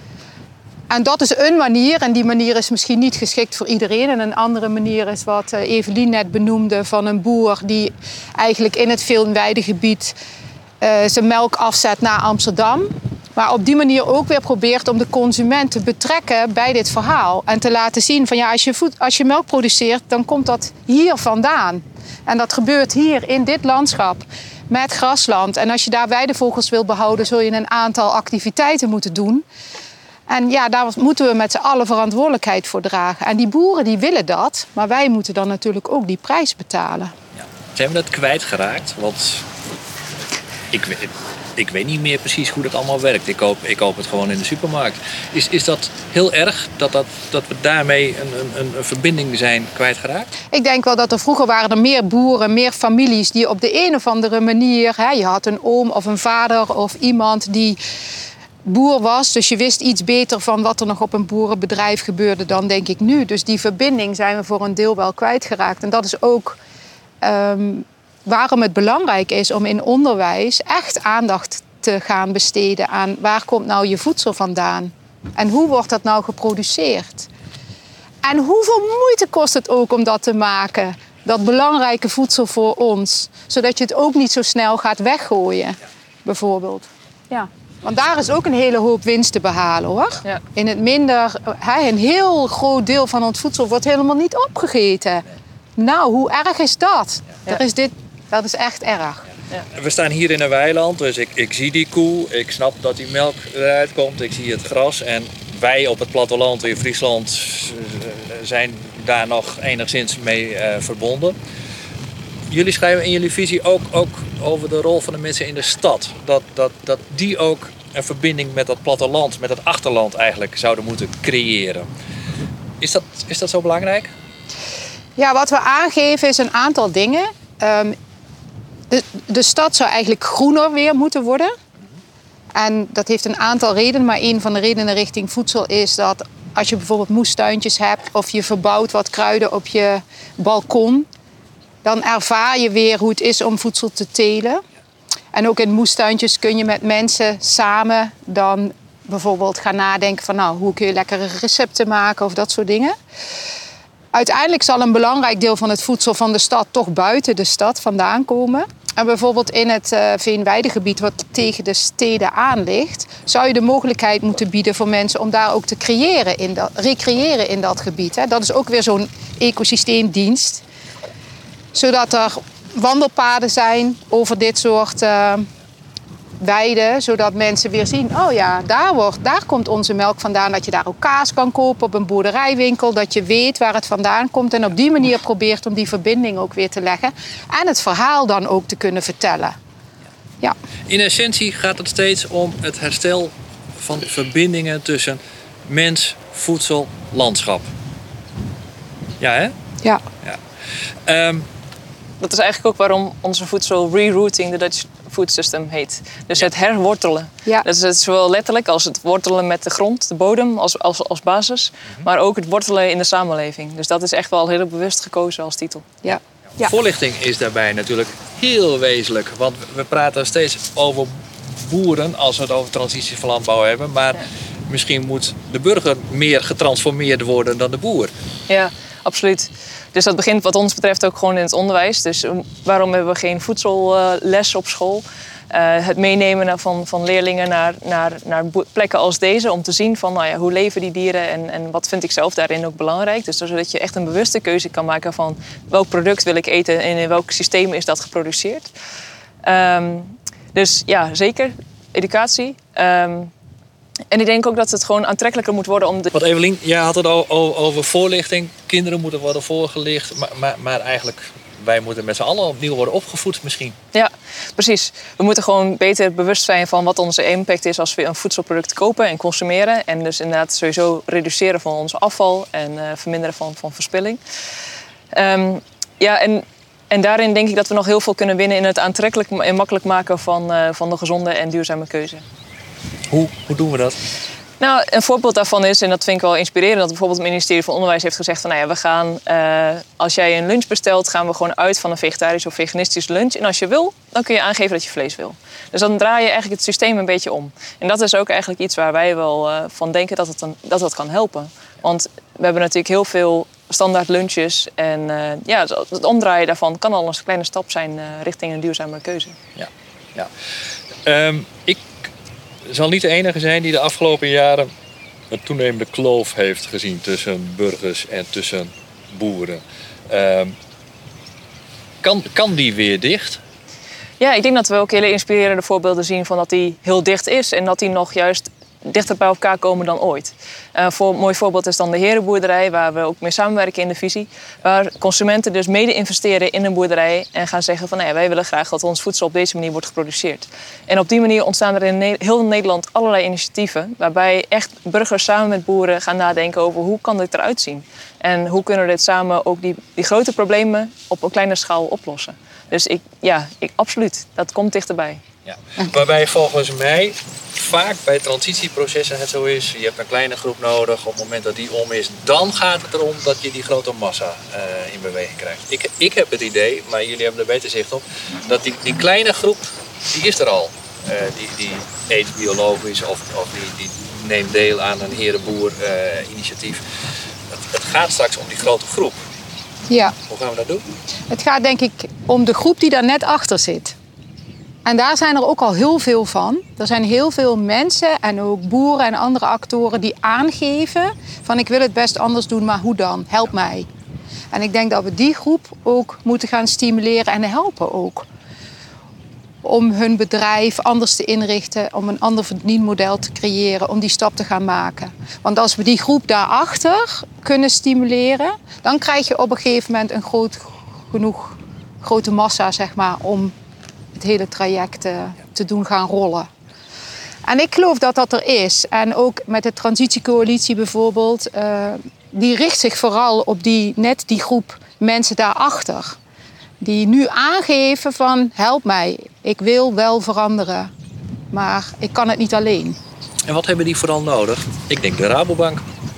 En dat is een manier, en die manier is misschien niet geschikt voor iedereen. En een andere manier is wat Evelien net benoemde van een boer die eigenlijk in het veelweidegebied Uh, zijn melk afzet naar Amsterdam. Maar op die manier ook weer probeert om de consument te betrekken bij dit verhaal. En te laten zien van ja, als je, voed, als je melk produceert, dan komt dat hier vandaan. En dat gebeurt hier in dit landschap met grasland. En als je daar weidevogels wil behouden, zul je een aantal activiteiten moeten doen. En ja, daar moeten we met z'n allen verantwoordelijkheid voor dragen. En die boeren die willen dat, maar wij moeten dan natuurlijk ook die prijs betalen. Ja. Zijn we dat kwijtgeraakt? Want Ik weet, ik weet niet meer precies hoe dat allemaal werkt. Ik koop, ik koop het gewoon in de supermarkt. Is, is dat heel erg dat, dat, dat we daarmee een, een, een verbinding zijn kwijtgeraakt? Ik denk wel dat er vroeger waren er meer boeren, meer families die op de een of andere manier... Hè, je had een oom of een vader of iemand die boer was. Dus je wist iets beter van wat er nog op een boerenbedrijf gebeurde dan denk ik nu. Dus die verbinding zijn we voor een deel wel kwijtgeraakt. En dat is ook... Um, waarom het belangrijk is om in onderwijs echt aandacht te gaan besteden aan waar komt nou je voedsel vandaan? En hoe wordt dat nou geproduceerd? En hoeveel moeite kost het ook om dat te maken? Dat belangrijke voedsel voor ons. Zodat je het ook niet zo snel gaat weggooien, bijvoorbeeld. Ja. Want daar is ook een hele hoop winst te behalen, hoor. Ja. In het minder, een heel groot deel van ons voedsel wordt helemaal niet opgegeten. Nou, hoe erg is dat? Ja. Er is dit... Dat is echt erg. Ja. We staan hier in een weiland, dus ik, ik zie die koe. Ik snap dat die melk eruit komt. Ik zie het gras. En wij op het platteland in Friesland zijn daar nog enigszins mee uh, verbonden. Jullie schrijven in jullie visie ook, ook over de rol van de mensen in de stad. Dat, dat, dat die ook een verbinding met dat platteland, met het achterland eigenlijk zouden moeten creëren. Is dat, is dat zo belangrijk? Ja, wat we aangeven is een aantal dingen. Um, De, de stad zou eigenlijk groener weer moeten worden. En dat heeft een aantal redenen. Maar een van de redenen richting voedsel is dat als je bijvoorbeeld moestuintjes hebt of je verbouwt wat kruiden op je balkon, dan ervaar je weer hoe het is om voedsel te telen. En ook in moestuintjes kun je met mensen samen dan bijvoorbeeld gaan nadenken van nou, hoe kun je lekkere recepten maken of dat soort dingen. Uiteindelijk zal een belangrijk deel van het voedsel van de stad toch buiten de stad vandaan komen. En bijvoorbeeld in het uh, veenweidegebied wat tegen de steden aan ligt, zou je de mogelijkheid moeten bieden voor mensen om daar ook te creëren in dat, recreëren in dat gebied. Hè. Dat is ook weer zo'n ecosysteemdienst. Zodat er wandelpaden zijn over dit soort uh, weiden, zodat mensen weer zien, oh ja, daar, wordt, daar komt onze melk vandaan. Dat je daar ook kaas kan kopen op een boerderijwinkel, dat je weet waar het vandaan komt. En op die manier probeert om die verbinding ook weer te leggen. En het verhaal dan ook te kunnen vertellen. Ja. In essentie gaat het steeds om het herstel van verbindingen tussen mens, voedsel, landschap. Ja, hè? Ja. ja. Um, Dat is eigenlijk ook waarom onze voedsel rerouting de Dutch Food System heet. Dus ja. het herwortelen. Ja. Dat is het zowel letterlijk als het wortelen met de grond, de bodem, als, als, als basis. Mm-hmm. Maar ook het wortelen in de samenleving. Dus dat is echt wel heel bewust gekozen als titel. Ja. Ja. Voorlichting is daarbij natuurlijk heel wezenlijk. Want we praten steeds over boeren als we het over transitie van landbouw hebben. Maar ja. misschien moet de burger meer getransformeerd worden dan de boer. Ja, absoluut. Dus dat begint wat ons betreft ook gewoon in het onderwijs. Dus waarom hebben we geen voedselles op school? Uh, het meenemen van, van leerlingen naar, naar, naar plekken als deze om te zien van nou ja, hoe leven die dieren en, en wat vind ik zelf daarin ook belangrijk. Dus zodat je echt een bewuste keuze kan maken van welk product wil ik eten en in welk systeem is dat geproduceerd. Um, dus ja, zeker. Educatie. Um, en ik denk ook dat het gewoon aantrekkelijker moet worden om de... Want Evelien, jij had het al over voorlichting. Kinderen moeten worden voorgelicht. Maar, maar, maar eigenlijk, wij moeten met z'n allen opnieuw worden opgevoed misschien. Ja, precies. We moeten gewoon beter bewust zijn van wat onze impact is als we een voedselproduct kopen en consumeren. En dus inderdaad sowieso reduceren van ons afval en uh, verminderen van, van verspilling. Um, ja, en... En daarin denk ik dat we nog heel veel kunnen winnen in het aantrekkelijk en makkelijk maken van, uh, van de gezonde en duurzame keuze. Hoe, hoe doen we dat? Nou, een voorbeeld daarvan is, en dat vind ik wel inspirerend, dat bijvoorbeeld het ministerie van Onderwijs heeft gezegd van, nou ja, we gaan, uh, als jij een lunch bestelt, gaan we gewoon uit van een vegetarische of veganistische lunch. En als je wil, dan kun je aangeven dat je vlees wil. Dus dan draai je eigenlijk het systeem een beetje om. En dat is ook eigenlijk iets waar wij wel uh, van denken dat het een, dat dat kan helpen. Want we hebben natuurlijk heel veel standaard lunches. En uh, ja, het omdraaien daarvan kan al een kleine stap zijn uh, richting een duurzamere keuze. Ja, ja. Um, ik zal niet de enige zijn die de afgelopen jaren een toenemende kloof heeft gezien tussen burgers en tussen boeren. Um, kan, kan die weer dicht? Ja, ik denk dat we ook hele inspirerende voorbeelden zien van dat die heel dicht is en dat die nog juist dichter bij elkaar komen dan ooit. Uh, voor, een mooi voorbeeld is dan de herenboerderij, waar we ook mee samenwerken in de visie. Waar consumenten dus mede investeren in een boerderij en gaan zeggen van nou ja, wij willen graag dat ons voedsel op deze manier wordt geproduceerd. En op die manier ontstaan er in ne- heel Nederland allerlei initiatieven waarbij echt burgers samen met boeren gaan nadenken over hoe kan dit eruit zien. En hoe kunnen we dit samen ook die, die grote problemen op een kleine schaal oplossen. Dus ik, ja, ik, absoluut, dat komt dichterbij. Ja. Waarbij volgens mij vaak bij transitieprocessen het zo is, je hebt een kleine groep nodig, op het moment dat die om is, dan gaat het erom dat je die grote massa uh, in beweging krijgt. Ik, ik heb het idee, maar jullie hebben er beter zicht op, dat die, die kleine groep, die is er al. Uh, die, die eet biologisch of, of die, die neemt deel aan een herenboer uh, initiatief. Het, het gaat straks om die grote groep. Ja. Hoe gaan we dat doen? Het gaat denk ik om de groep die daar net achter zit. En daar zijn er ook al heel veel van. Er zijn heel veel mensen en ook boeren en andere actoren die aangeven van ik wil het best anders doen, maar hoe dan? Help mij. En ik denk dat we die groep ook moeten gaan stimuleren en helpen ook. Om hun bedrijf anders te inrichten, om een ander verdienmodel te creëren, om die stap te gaan maken. Want als we die groep daarachter kunnen stimuleren, dan krijg je op een gegeven moment een groot genoeg grote massa, zeg maar, om het hele traject uh, te doen gaan rollen. En ik geloof dat dat er is. En ook met de transitiecoalitie bijvoorbeeld, uh, die richt zich vooral op die, net die groep mensen daarachter. Die nu aangeven van help mij, ik wil wel veranderen, maar ik kan het niet alleen. En wat hebben die vooral nodig? Ik denk de Rabobank.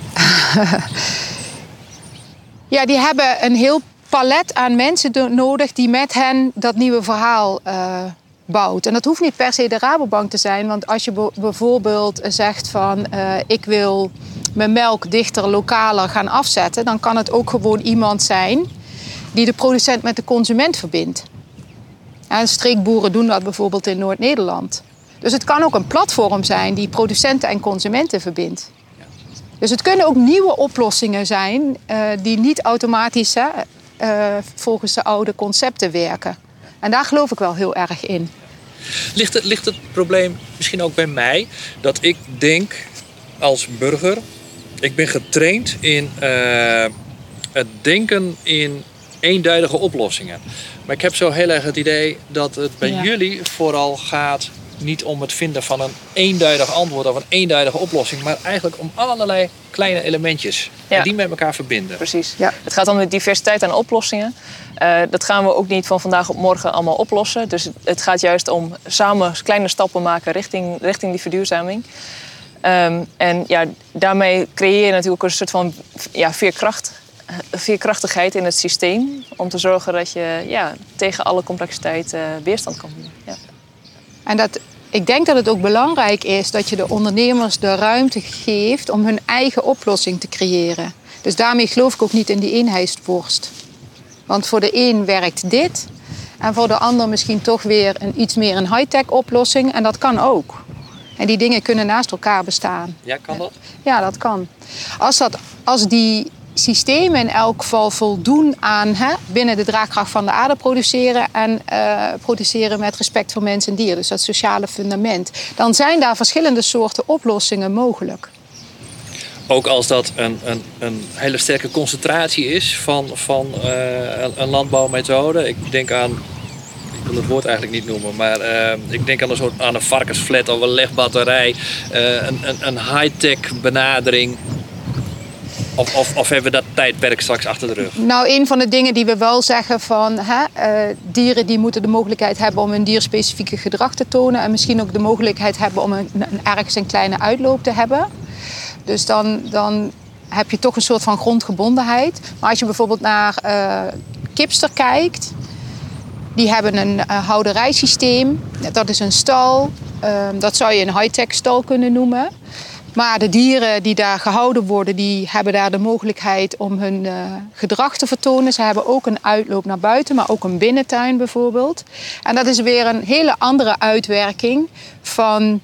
Ja, die hebben een heel palet aan mensen nodig die met hen dat nieuwe verhaal uh, bouwt. En dat hoeft niet per se de Rabobank te zijn. Want als je b- bijvoorbeeld zegt van uh, ik wil mijn melk dichter, lokaler gaan afzetten, dan kan het ook gewoon iemand zijn die de producent met de consument verbindt. En streekboeren doen dat bijvoorbeeld in Noord-Nederland. Dus het kan ook een platform zijn die producenten en consumenten verbindt. Dus het kunnen ook nieuwe oplossingen zijn uh, die niet automatisch hè, uh, volgens de oude concepten werken. En daar geloof ik wel heel erg in. Ligt het, ligt het probleem misschien ook bij mij dat ik denk als burger, ik ben getraind in uh, het denken in eenduidige oplossingen. Maar ik heb zo heel erg het idee dat het bij ja. jullie vooral gaat niet om het vinden van een eenduidig antwoord of een eenduidige oplossing, maar eigenlijk om allerlei kleine elementjes Ja. en die met elkaar verbinden. Precies. Ja. Het gaat om de diversiteit aan oplossingen. Uh, dat gaan we ook niet van vandaag op morgen allemaal oplossen. Dus het, het gaat juist om samen kleine stappen maken richting, richting die verduurzaming. Um, en ja, daarmee creëer je natuurlijk een soort van ja, veerkracht, veerkrachtigheid in het systeem. Om te zorgen dat je ja, tegen alle complexiteit uh, weerstand kan bieden. Ja. En dat, ik denk dat het ook belangrijk is dat je de ondernemers de ruimte geeft om hun eigen oplossing te creëren. Dus daarmee geloof ik ook niet in die eenheidsworst. Want voor de een werkt dit en voor de ander misschien toch weer een, iets meer een high-tech oplossing. En dat kan ook. En die dingen kunnen naast elkaar bestaan. Ja, kan dat? Ja, dat kan. Als, dat, als die systemen in elk geval voldoen aan hè, binnen de draagkracht van de aarde produceren en uh, produceren met respect voor mens en dier. Dus dat sociale fundament. Dan zijn daar verschillende soorten oplossingen mogelijk. Ook als dat een, een, een hele sterke concentratie is van, van uh, een landbouwmethode. Ik denk aan, ik wil het woord eigenlijk niet noemen, maar uh, ik denk aan een soort aan een varkensflat of een legbatterij, uh, een, een, een high-tech benadering. Of, of, of hebben we dat tijdperk straks achter de rug? Nou, een van de dingen die we wel zeggen van hè, uh, dieren die moeten de mogelijkheid hebben om hun dierspecifieke gedrag te tonen en misschien ook de mogelijkheid hebben om een, een, ergens een kleine uitloop te hebben. Dus dan, dan heb je toch een soort van grondgebondenheid. Maar als je bijvoorbeeld naar uh, kipster kijkt, die hebben een uh, houderijsysteem. Dat is een stal. Uh, dat zou je een high-tech stal kunnen noemen. Maar de dieren die daar gehouden worden, die hebben daar de mogelijkheid om hun uh, gedrag te vertonen. Ze hebben ook een uitloop naar buiten, maar ook een binnentuin bijvoorbeeld. En dat is weer een hele andere uitwerking van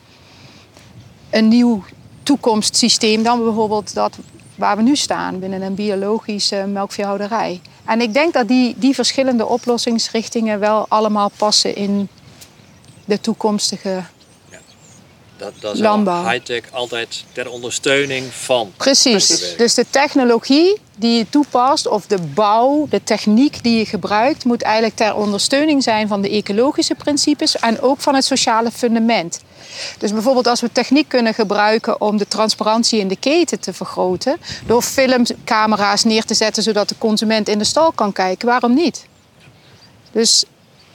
een nieuw toekomstsysteem dan bijvoorbeeld dat waar we nu staan binnen een biologische melkveehouderij. En ik denk dat die, die verschillende oplossingsrichtingen wel allemaal passen in de toekomstige ja, dat, dat is landbouw. High-tech altijd ter ondersteuning van. Precies. Precies. Dus de technologie die je toepast of de bouw, de techniek die je gebruikt, moet eigenlijk ter ondersteuning zijn van de ecologische principes en ook van het sociale fundament. Dus bijvoorbeeld als we techniek kunnen gebruiken om de transparantie in de keten te vergroten, door filmcamera's neer te zetten zodat de consument in de stal kan kijken, waarom niet? Dus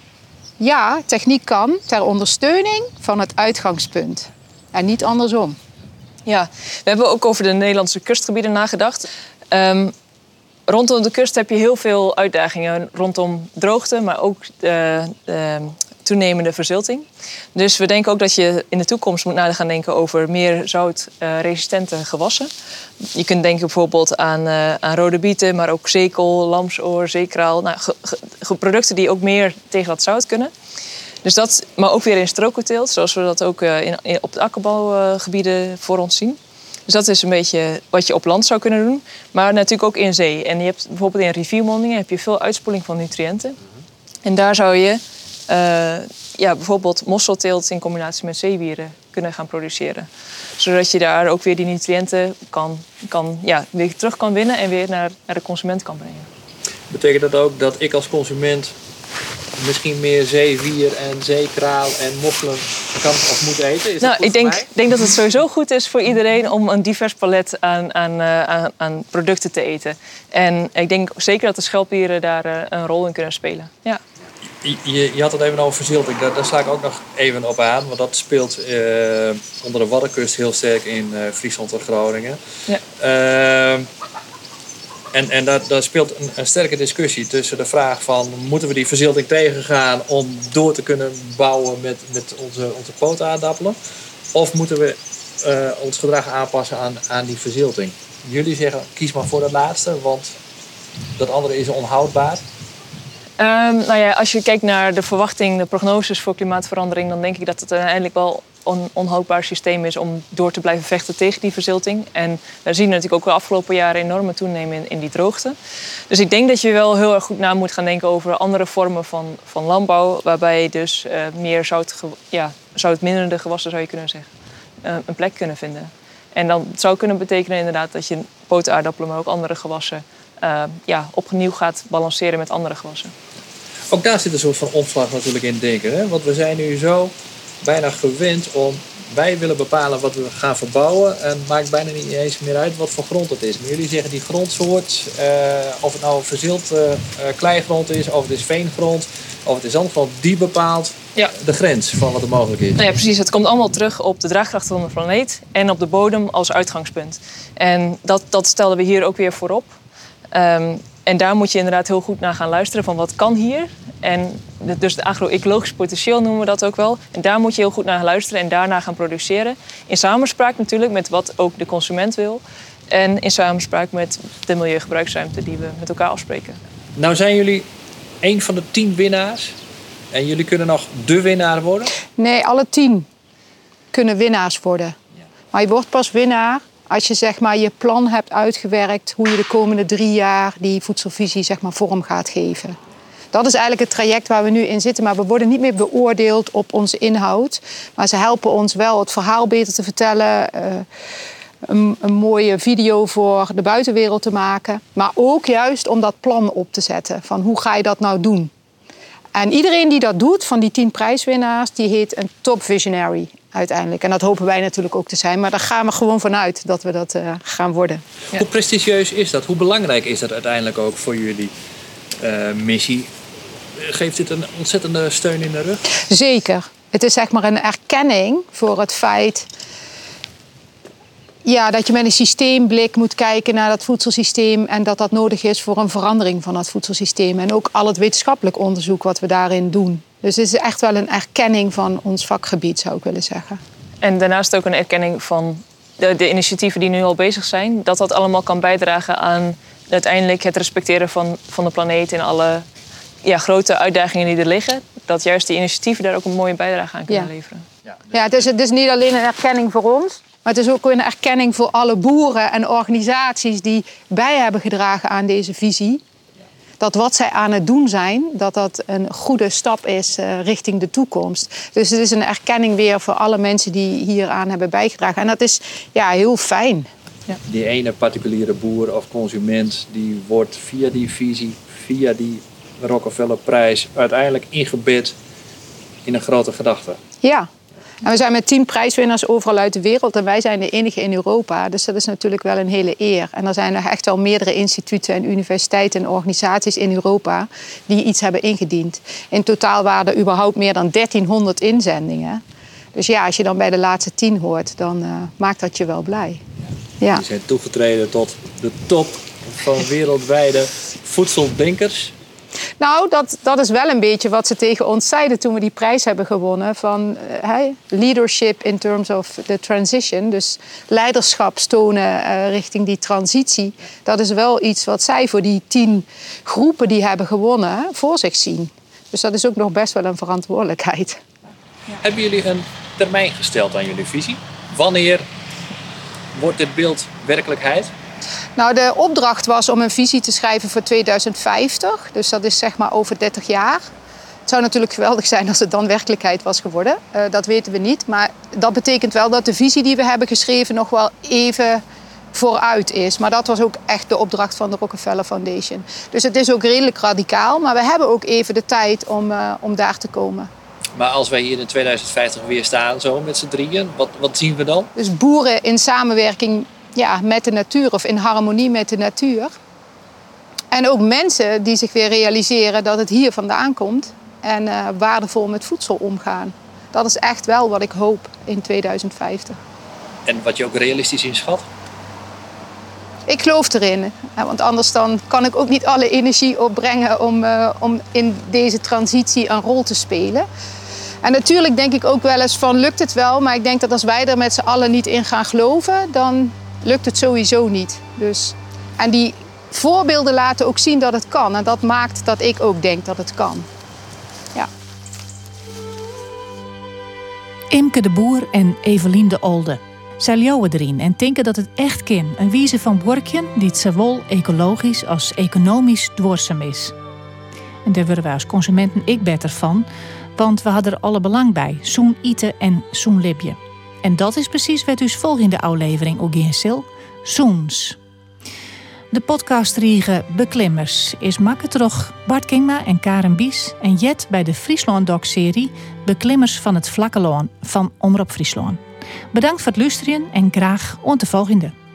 ja, techniek kan ter ondersteuning van het uitgangspunt en niet andersom. Ja, we hebben ook over de Nederlandse kustgebieden nagedacht. Um, rondom de kust heb je heel veel uitdagingen rondom droogte, maar ook de, de toenemende verzilting. Dus we denken ook dat je in de toekomst moet na gaan denken over meer zoutresistente gewassen. Je kunt denken bijvoorbeeld aan, uh, aan rode bieten, maar ook zeekool, lamsoor, zeekraal. Nou, ge, ge, producten die ook meer tegen dat zout kunnen. Dus dat, maar ook weer in strookteelt, zoals we dat ook uh, in, in, op de akkerbouwgebieden uh, voor ons zien. Dus dat is een beetje wat je op land zou kunnen doen. Maar natuurlijk ook in zee. En je hebt bijvoorbeeld in riviermondingen heb je veel uitspoeling van nutriënten. En daar zou je uh, ja, bijvoorbeeld mosselteelt in combinatie met zeewieren kunnen gaan produceren. Zodat je daar ook weer die nutriënten kan, kan, ja, weer terug kan winnen en weer naar, naar de consument kan brengen. Betekent dat ook dat ik als consument misschien meer zeewier en zeekraal en mosselen kan of moet eten? Is nou, dat goed ik denk, voor mij? denk dat het sowieso goed is voor iedereen om een divers palet aan, aan, aan, aan producten te eten. En ik denk zeker dat de schelpdieren daar een rol in kunnen spelen. Ja. Je, je had het even over verzilting. Daar, daar sla ik ook nog even op aan. Want dat speelt uh, onder de Waddenkust heel sterk in uh, Friesland en Groningen. Ja. Uh, En, en daar, daar speelt een, een sterke discussie tussen de vraag van, moeten we die verzilting tegengaan om door te kunnen bouwen met, met onze, onze pootaardappelen? Of moeten we uh, ons gedrag aanpassen aan, aan die verzilting? Jullie zeggen, kies maar voor dat laatste, want dat andere is onhoudbaar. Um, nou ja, als je kijkt naar de verwachting, de prognoses voor klimaatverandering, dan denk ik dat het uiteindelijk wel een onhoudbaar systeem is om door te blijven vechten tegen die verzilting. En we zien natuurlijk ook de afgelopen jaren enorme toenemen in, in die droogte. Dus ik denk dat je wel heel erg goed na moet gaan denken over andere vormen van, van landbouw, waarbij dus uh, meer zout, ja, zoutminderende gewassen, zou je kunnen zeggen, uh, een plek kunnen vinden. En dan zou kunnen betekenen inderdaad dat je pootaardappelen, maar ook andere gewassen, uh, ja, opnieuw gaat balanceren met andere gewassen. Ook daar zit een soort van omslag natuurlijk in denken. Hè? Want we zijn nu zo bijna gewend om, wij willen bepalen wat we gaan verbouwen. En het maakt bijna niet eens meer uit wat voor grond het is. Maar jullie zeggen die grondsoort, uh, of het nou verzild uh, kleigrond is, of het is veengrond, of het is zandgrond, die bepaalt ja. de grens van wat er mogelijk is. Nou ja, precies. Het komt allemaal terug op de draagkracht van de planeet en op de bodem als uitgangspunt. En dat, dat stelden we hier ook weer voorop. Um, en daar moet je inderdaad heel goed naar gaan luisteren van wat kan hier. En de, dus het agro-ecologisch potentieel noemen we dat ook wel. En daar moet je heel goed naar luisteren en daarna gaan produceren. In samenspraak natuurlijk met wat ook de consument wil. En in samenspraak met de milieugebruiksruimte die we met elkaar afspreken. Nou zijn jullie een van de tien winnaars. En jullie kunnen nog de winnaar worden? Nee, alle tien kunnen winnaars worden. Ja. Maar je wordt pas winnaar Als je zeg maar, je plan hebt uitgewerkt hoe je de komende drie jaar die voedselvisie zeg maar, vorm gaat geven. Dat is eigenlijk het traject waar we nu in zitten. Maar we worden niet meer beoordeeld op onze inhoud. Maar ze helpen ons wel het verhaal beter te vertellen. Uh, een, een mooie video voor de buitenwereld te maken. Maar ook juist om dat plan op te zetten. Van hoe ga je dat nou doen? En iedereen die dat doet, van die tien prijswinnaars, die heet een top visionary uiteindelijk. En dat hopen wij natuurlijk ook te zijn. Maar daar gaan we gewoon vanuit dat we dat uh, gaan worden. Ja. Hoe prestigieus is dat? Hoe belangrijk is dat uiteindelijk ook voor jullie uh, missie? Geeft dit een ontzettende steun in de rug? Zeker. Het is zeg maar een erkenning voor het feit ja, dat je met een systeemblik moet kijken naar dat voedselsysteem en dat dat nodig is voor een verandering van dat voedselsysteem. En ook al het wetenschappelijk onderzoek wat we daarin doen. Dus het is echt wel een erkenning van ons vakgebied, zou ik willen zeggen. En daarnaast ook een erkenning van de, de initiatieven die nu al bezig zijn. Dat dat allemaal kan bijdragen aan uiteindelijk het respecteren van, van de planeet en alle ja, grote uitdagingen die er liggen. Dat juist die initiatieven daar ook een mooie bijdrage aan kunnen ja. leveren. Ja, ja het, is, het is niet alleen een erkenning voor ons. Maar het is ook een erkenning voor alle boeren en organisaties die bij hebben gedragen aan deze visie. Dat wat zij aan het doen zijn, dat dat een goede stap is uh, richting de toekomst. Dus het is een erkenning weer voor alle mensen die hieraan hebben bijgedragen. En dat is ja, heel fijn. Ja. Die ene particuliere boer of consument, die wordt via die visie, via die Rockefellerprijs uiteindelijk ingebed in een grote gedachte. Ja. En we zijn met tien prijswinnaars overal uit de wereld en wij zijn de enige in Europa. Dus dat is natuurlijk wel een hele eer. En er zijn er echt wel meerdere instituten en universiteiten en organisaties in Europa die iets hebben ingediend. In totaal waren er überhaupt meer dan dertienhonderd inzendingen. Dus ja, als je dan bij de laatste tien hoort, dan uh, maakt dat je wel blij. Ja. Die zijn toegetreden tot de top van wereldwijde voedseldenkers. Nou, dat, dat is wel een beetje wat ze tegen ons zeiden toen we die prijs hebben gewonnen. Van uh, hey, leadership in terms of the transition. Dus leiderschap tonen uh, richting die transitie. Dat is wel iets wat zij voor die tien groepen die hebben gewonnen voor zich zien. Dus dat is ook nog best wel een verantwoordelijkheid. Ja. Hebben jullie een termijn gesteld aan jullie visie? Wanneer wordt dit beeld werkelijkheid? Nou, de opdracht was om een visie te schrijven voor tweeduizend vijftig. Dus dat is zeg maar over dertig jaar. Het zou natuurlijk geweldig zijn als het dan werkelijkheid was geworden. Uh, dat weten we niet. Maar dat betekent wel dat de visie die we hebben geschreven nog wel even vooruit is. Maar dat was ook echt de opdracht van de Rockefeller Foundation. Dus het is ook redelijk radicaal. Maar we hebben ook even de tijd om, uh, om daar te komen. Maar als wij hier in tweeduizend vijftig weer staan, zo met z'n drieën, wat, wat zien we dan? Dus boeren in samenwerking ja, met de natuur of in harmonie met de natuur. En ook mensen die zich weer realiseren dat het hier vandaan komt en uh, waardevol met voedsel omgaan. Dat is echt wel wat ik hoop in tweeduizend vijftig. En wat je ook realistisch inschat? Ik geloof erin. Want anders dan kan ik ook niet alle energie opbrengen om, uh, om in deze transitie een rol te spelen. En natuurlijk denk ik ook wel eens van lukt het wel. Maar ik denk dat als wij er met z'n allen niet in gaan geloven, dan lukt het sowieso niet. Dus, en die voorbeelden laten ook zien dat het kan. En dat maakt dat ik ook denk dat het kan. Ja. Imke de Boer en Evelien de Olde. Zij ljouwen erin en denken dat het echt kan. Een wijze van workjen die het zowel ecologisch als economisch duurzaam is. En daar worden wij als consumenten ik beter van. Want we hadden er alle belang bij. Zoen eten en zoen libje. En dat is precies wat dus volgende aflevering ook in zil. Zoens. De podcastriege Beklimmers is makke terug Bart Kingma en Karen Bies en Jet bij de Friesland Doc-serie Beklimmers van het Vlakke Loon van Omroep Friesland. Bedankt voor het luisteren en graag tot de volgende.